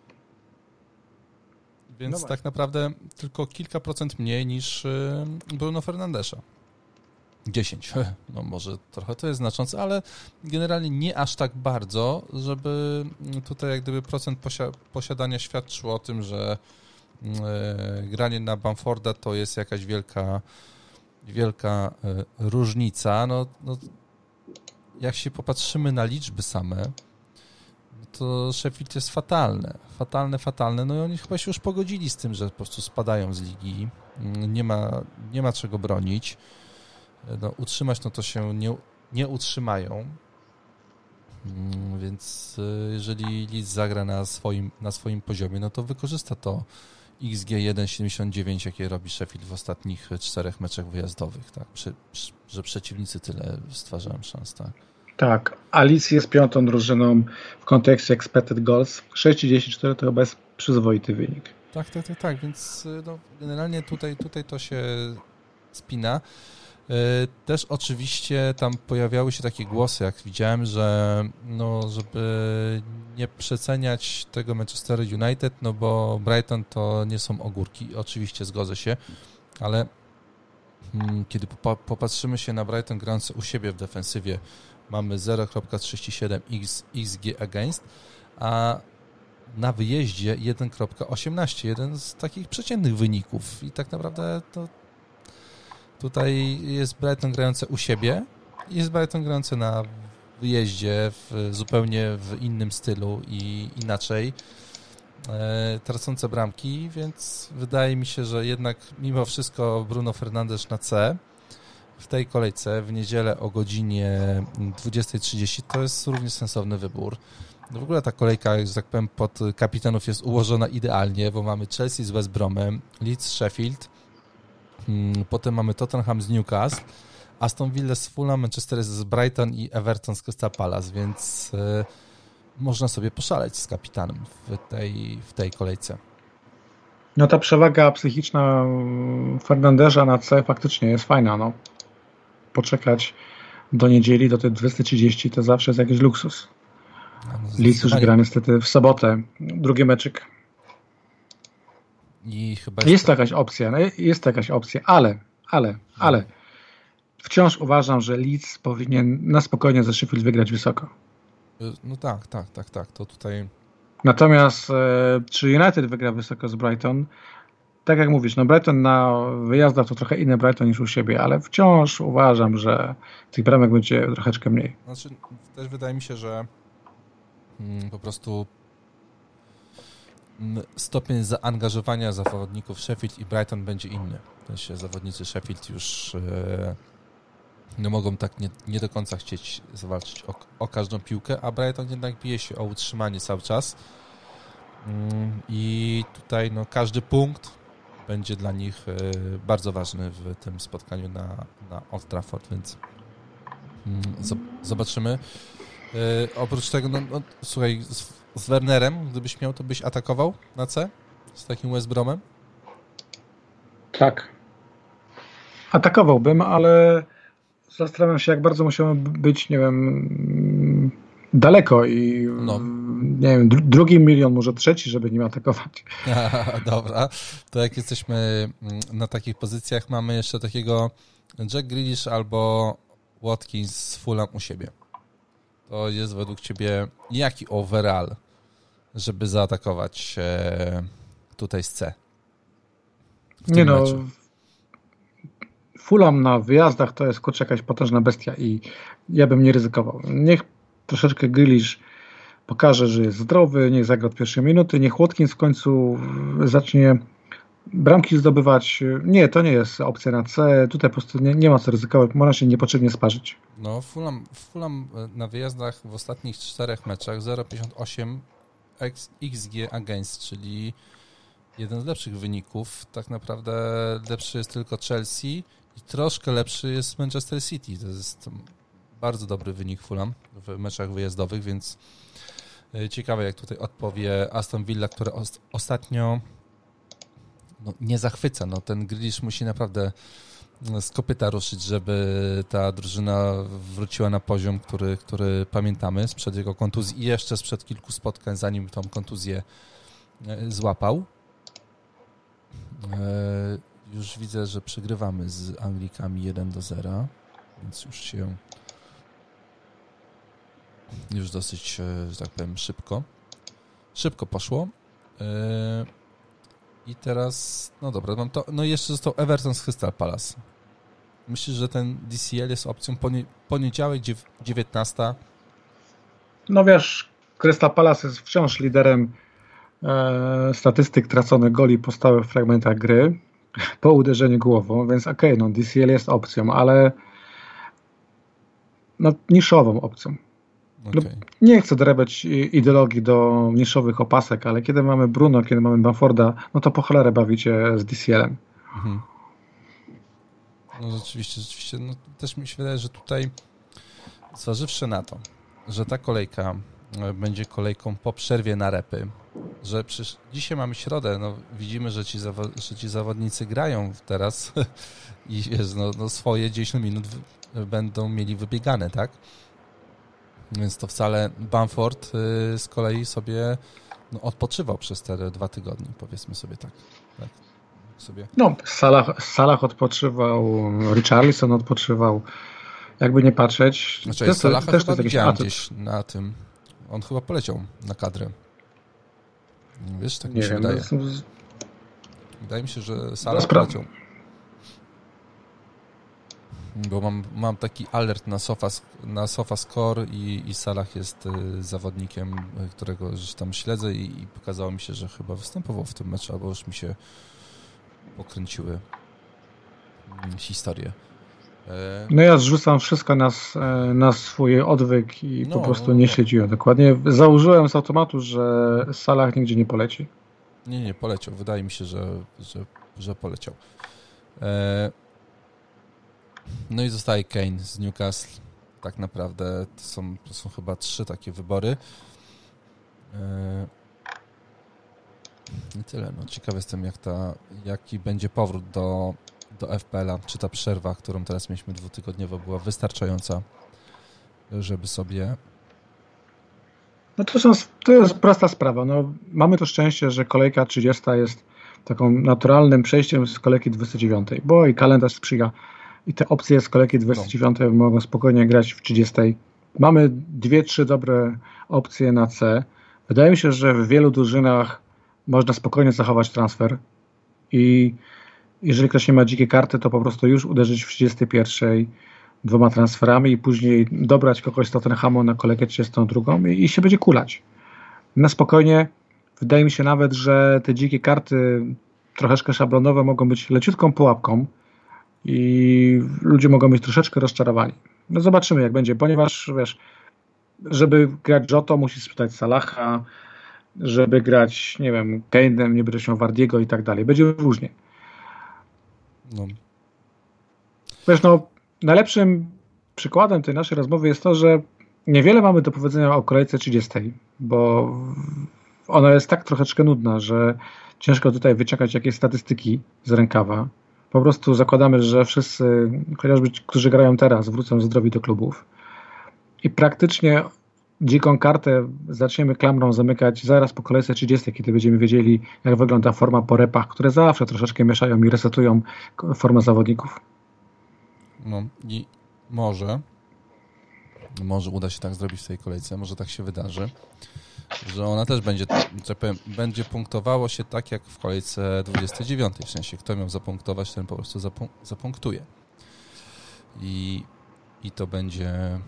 Więc tak naprawdę tylko kilka procent mniej niż Bruno Fernandesza. 10. No może trochę to jest znaczące, ale generalnie nie aż tak bardzo, żeby tutaj jak gdyby procent posiadania świadczył o tym, że granie na Bamforda to jest jakaś wielka różnica. No, jak się popatrzymy na liczby same, to Sheffield jest fatalne. No i oni chyba się już pogodzili z tym, że po prostu spadają z ligi. Nie ma czego bronić. No, utrzymać, no to się nie utrzymają. Więc jeżeli Leeds zagra na swoim poziomie, no to wykorzysta to XG 1,79, jakie robi Sheffield w ostatnich 4 meczach wyjazdowych, tak? Że przeciwnicy tyle stwarzają szans, tak? Tak, a Leeds jest 5. drużyną w kontekście expected goals. 6,34 to chyba jest przyzwoity wynik. Tak, więc no, generalnie tutaj to się spina. Też oczywiście tam pojawiały się takie głosy, jak widziałem, że no, żeby nie przeceniać tego Manchester United, no bo Brighton to nie są ogórki. Oczywiście zgodzę się, ale kiedy popatrzymy się na Brighton grający u siebie w defensywie, mamy 0,37 XG against, a na wyjeździe 1,18, jeden z takich przeciętnych wyników i tak naprawdę to tutaj jest Brighton grający u siebie i jest Brighton grający na wyjeździe zupełnie w innym stylu i inaczej, tracące bramki, więc wydaje mi się, że jednak mimo wszystko Bruno Fernandes na C w tej kolejce w niedzielę o godzinie 20:30 to jest równie sensowny wybór. W ogóle ta kolejka, że tak powiem, pod kapitanów jest ułożona idealnie, bo mamy Chelsea z West Bromem, Leeds z Sheffield, potem mamy Tottenham z Newcastle, Aston Villa z Fulham, Manchester z Brighton i Everton z Crystal Palace, więc można sobie poszaleć z kapitanem w tej kolejce. No ta przewaga psychiczna Fernandesza na C faktycznie jest fajna. No. Poczekać do niedzieli, do tej 20:30 to zawsze jest jakiś luksus. Leeds już gra niestety w sobotę. Drugi meczyk. I chyba jest to jakaś opcja, ale wciąż uważam, że Leeds powinien na spokojnie ze Sheffield wygrać wysoko. No tak. To tutaj... Natomiast czy United wygra wysoko z Brighton? Tak jak mówisz, no Brighton na wyjazdach to trochę inny Brighton niż u siebie, ale wciąż uważam, że tych bramek będzie troszeczkę mniej. Znaczy, też wydaje mi się, że po prostu stopień zaangażowania zawodników Sheffield i Brighton będzie inny. W sensie zawodnicy Sheffield już nie mogą tak nie do końca chcieć zawalczyć o każdą piłkę, a Brighton jednak bije się o utrzymanie cały czas. I tutaj no, każdy punkt będzie dla nich bardzo ważny w tym spotkaniu na Old Trafford, więc zobaczymy. Oprócz tego, no, słuchaj, z Wernerem, gdybyś miał, to byś atakował na C? Z takim West Bromem? Tak. Atakowałbym, ale zastanawiam się, jak bardzo musiałem być, nie wiem, daleko i nie wiem, drugi milion, może trzeci, żeby nim atakować. Dobra, to jak jesteśmy na takich pozycjach, mamy jeszcze takiego Jack Grealish albo Watkins z Fulham u siebie. To jest według Ciebie jaki overall, żeby zaatakować tutaj z C? Nie no, Fulham na wyjazdach to jest jakaś potężna bestia i ja bym nie ryzykował. Niech troszeczkę Grealish pokaże, że jest zdrowy, niech zagra od pierwszej minuty, niech Watkins w końcu zacznie bramki zdobywać, nie, to nie jest opcja na C, tutaj po prostu nie ma co ryzykować, można się niepotrzebnie sparzyć. No, Fulham na wyjazdach w ostatnich 4 meczach 0,58 XG against, czyli jeden z lepszych wyników. Tak naprawdę lepszy jest tylko Chelsea i troszkę lepszy jest Manchester City. To jest bardzo dobry wynik Fulham w meczach wyjazdowych, więc ciekawe, jak tutaj odpowie Aston Villa, które ostatnio nie zachwyca. No, ten Grealish musi naprawdę z kopyta ruszyć, żeby ta drużyna wróciła na poziom, który pamiętamy sprzed jego kontuzji i jeszcze sprzed kilku spotkań, zanim tą kontuzję złapał. Już widzę, że przegrywamy z Anglikami 1-0, więc już dosyć, że tak powiem, szybko poszło. I teraz, no dobra, mam to. No i jeszcze został Everton z Crystal Palace. Myślisz, że ten DCL jest opcją poniedziałek, 19? No wiesz, Crystal Palace jest wciąż liderem statystyk traconych goli po stałych fragmentach gry po uderzeniu głową, więc okej, no DCL jest opcją, ale no niszową opcją. Okay. No, nie chcę dorabiać ideologii do niszowych opasek, ale kiedy mamy Bruno, kiedy mamy Bamforda, no to po cholerę bawicie z DCL-em. Mhm. No rzeczywiście, no też mi się wydaje, że tutaj zważywszy na to, że ta kolejka będzie kolejką po przerwie na repy, że przecież dzisiaj mamy środę, no widzimy, że ci zawodnicy grają teraz i wiesz, no swoje 10 minut będą mieli wybiegane, tak? Więc to wcale Bamford z kolei sobie odpoczywał przez te 2 tygodnie, powiedzmy sobie tak. Sobie. No, Salah odpoczywał, Richarlison odpoczywał, jakby nie patrzeć. Znaczy, Salaha też chyba widziałem gdzieś na tym, on chyba poleciał na kadrę. Wiesz, tak mi się wydaje. Wydaje mi się, że Salah poleciał. Bo mam taki alert na SofaScore i Salah jest zawodnikiem, którego już tam śledzę i pokazało mi się, że chyba występował w tym meczu, albo już mi się pokręciły historie. No ja zrzucam wszystko na swój odwyk i po prostu nie śledziłem dokładnie. Założyłem z automatu, że Salah nigdzie nie poleci. Nie poleciał. Wydaje mi się, że poleciał. No i zostaje Kane z Newcastle. Tak naprawdę to są chyba 3 takie wybory. I tyle. No, ciekawy jestem, jaki będzie powrót do FPL-a. Czy ta przerwa, którą teraz mieliśmy 2-tygodniowo, była wystarczająca, żeby sobie... No to jest prosta sprawa. No, mamy to szczęście, że kolejka 30 jest taką naturalnym przejściem z kolejki 29, bo i kalendarz sprzyja. I te opcje z kolejki 29 mogą spokojnie grać w 30. Mamy 2-3 dobre opcje na C. Wydaje mi się, że w wielu drużynach można spokojnie zachować transfer i jeżeli ktoś nie ma dzikiej karty, to po prostu już uderzyć w 31 2 transferami i później dobrać kogoś z Tottenhamu na kolejkę 32 i się będzie kulać. Na spokojnie wydaje mi się nawet, że te dzikie karty troszeczkę szablonowe mogą być leciutką pułapką i ludzie mogą być troszeczkę rozczarowani. No zobaczymy, jak będzie, ponieważ wiesz, żeby grać Jotą, musisz spytać Salaha, żeby grać, nie wiem, Kane'em, nie będziesz miał Wardiego i tak dalej. Będzie różnie. No. Wiesz, no, najlepszym przykładem tej naszej rozmowy jest to, że niewiele mamy do powiedzenia o kolejce 30, bo ona jest tak troszeczkę nudna, że ciężko tutaj wyciągać jakieś statystyki z rękawa. Po prostu zakładamy, że wszyscy, chociażby którzy grają teraz, wrócą zdrowi do klubów. I praktycznie dziką kartę zaczniemy klamrą zamykać zaraz po kolejce 30, kiedy będziemy wiedzieli, jak wygląda forma po repach, które zawsze troszeczkę mieszają i resetują formę zawodników. No i może uda się tak zrobić w tej kolejce, może tak się wydarzy, że ona też będzie, że powiem, będzie punktowało się tak jak w kolejce 29, w sensie kto miał zapunktować, ten po prostu zapunktuje. I to będzie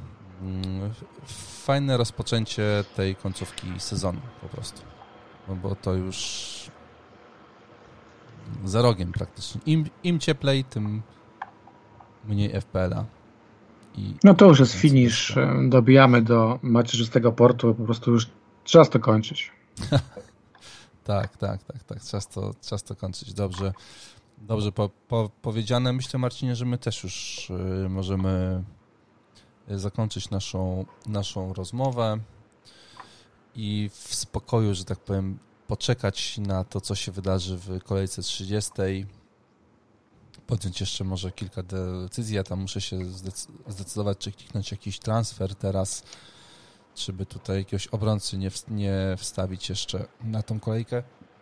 fajne rozpoczęcie tej końcówki sezonu po prostu. No bo to już za rogiem praktycznie. Im cieplej, tym mniej FPL-a. No to już jest finish. Dobijamy do macierzystego portu. Po prostu już czas to kończyć. Tak. Czas to kończyć. Dobrze powiedziane. Myślę, Marcinie, że my też już możemy zakończyć naszą rozmowę i w spokoju, że tak powiem, poczekać na to, co się wydarzy w kolejce 30. Podjąć jeszcze może kilka decyzji. Ja tam muszę się zdecydować, czy kliknąć jakiś transfer teraz, czy by tutaj jakiegoś obrońcy nie wstawić jeszcze na tą kolejkę.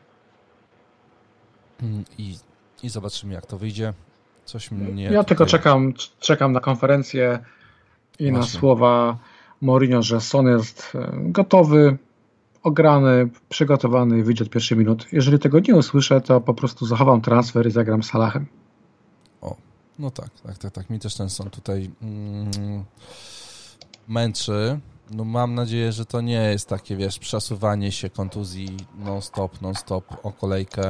I zobaczymy, jak to wyjdzie. Ja tylko czekam na konferencję i na słowa Mourinho, że Son jest gotowy, ograny, przygotowany i wyjdzie od pierwszej minuty. Jeżeli tego nie usłyszę, to po prostu zachowam transfer i zagram z Salahem. O, no tak. Mi też ten Son tutaj męczy. No mam nadzieję, że to nie jest takie, przesuwanie się kontuzji non-stop o kolejkę.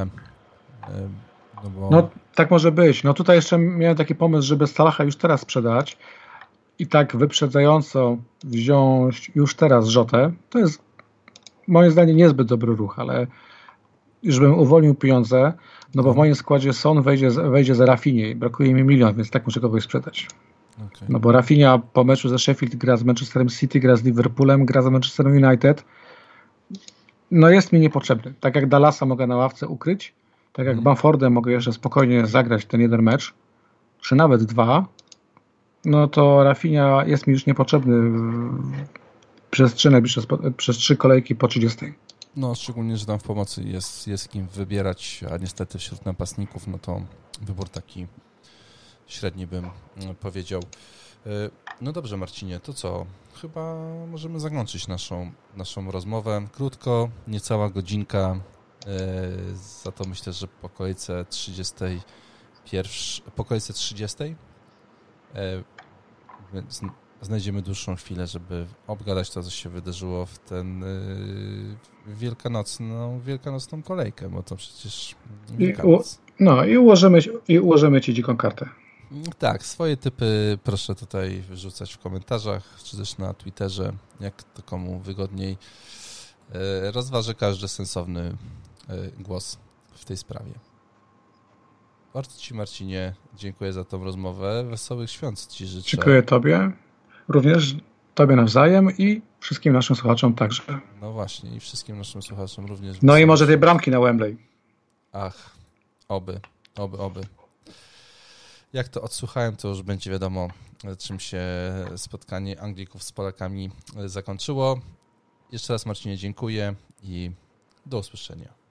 No tak może być. No tutaj jeszcze miałem taki pomysł, żeby Salaha już teraz sprzedać i tak wyprzedzająco wziąć już teraz Jotę. To jest moim zdaniem niezbyt dobry ruch, ale już bym uwolnił pieniądze, no bo w moim składzie Son wejdzie za Rafinie i brakuje mi 1 milion, więc tak muszę kogoś sprzedać. Okay. No bo Rafinha po meczu ze Sheffield gra z Manchesterem City, gra z Liverpoolem, gra za Manchesterem United. No jest mi niepotrzebny. Tak jak Dallasa mogę na ławce ukryć, tak jak Bamfordem mogę jeszcze spokojnie zagrać ten jeden mecz, czy nawet 2, no to Rafinha jest mi już niepotrzebny przez 3 kolejki po 30. No szczególnie, że tam w pomocy jest kim wybierać, a niestety wśród napastników, no to wybór taki średni bym powiedział. No dobrze, Marcinie, to co? Chyba możemy zakończyć naszą rozmowę. Krótko, niecała godzinka. Za to myślę, że po kolejce 30 znajdziemy dłuższą chwilę, żeby obgadać to, co się wydarzyło w ten wielkanocną kolejkę, bo to przecież Wielkanoc. I ułożymy Ci dziką kartę. Tak, swoje typy proszę tutaj wyrzucać w komentarzach, czy też na Twitterze, jak to komu wygodniej. Rozważę każdy sensowny głos w tej sprawie. Bardzo Ci, Marcinie, dziękuję za tą rozmowę. Wesołych świąt Ci życzę. Dziękuję Tobie, również Tobie nawzajem i wszystkim naszym słuchaczom także. No właśnie, i wszystkim naszym słuchaczom również. No i może tej bramki na Wembley. Ach, oby. Jak to odsłuchałem, to już będzie wiadomo, czym się spotkanie Anglików z Polakami zakończyło. Jeszcze raz, Marcinie, dziękuję i do usłyszenia.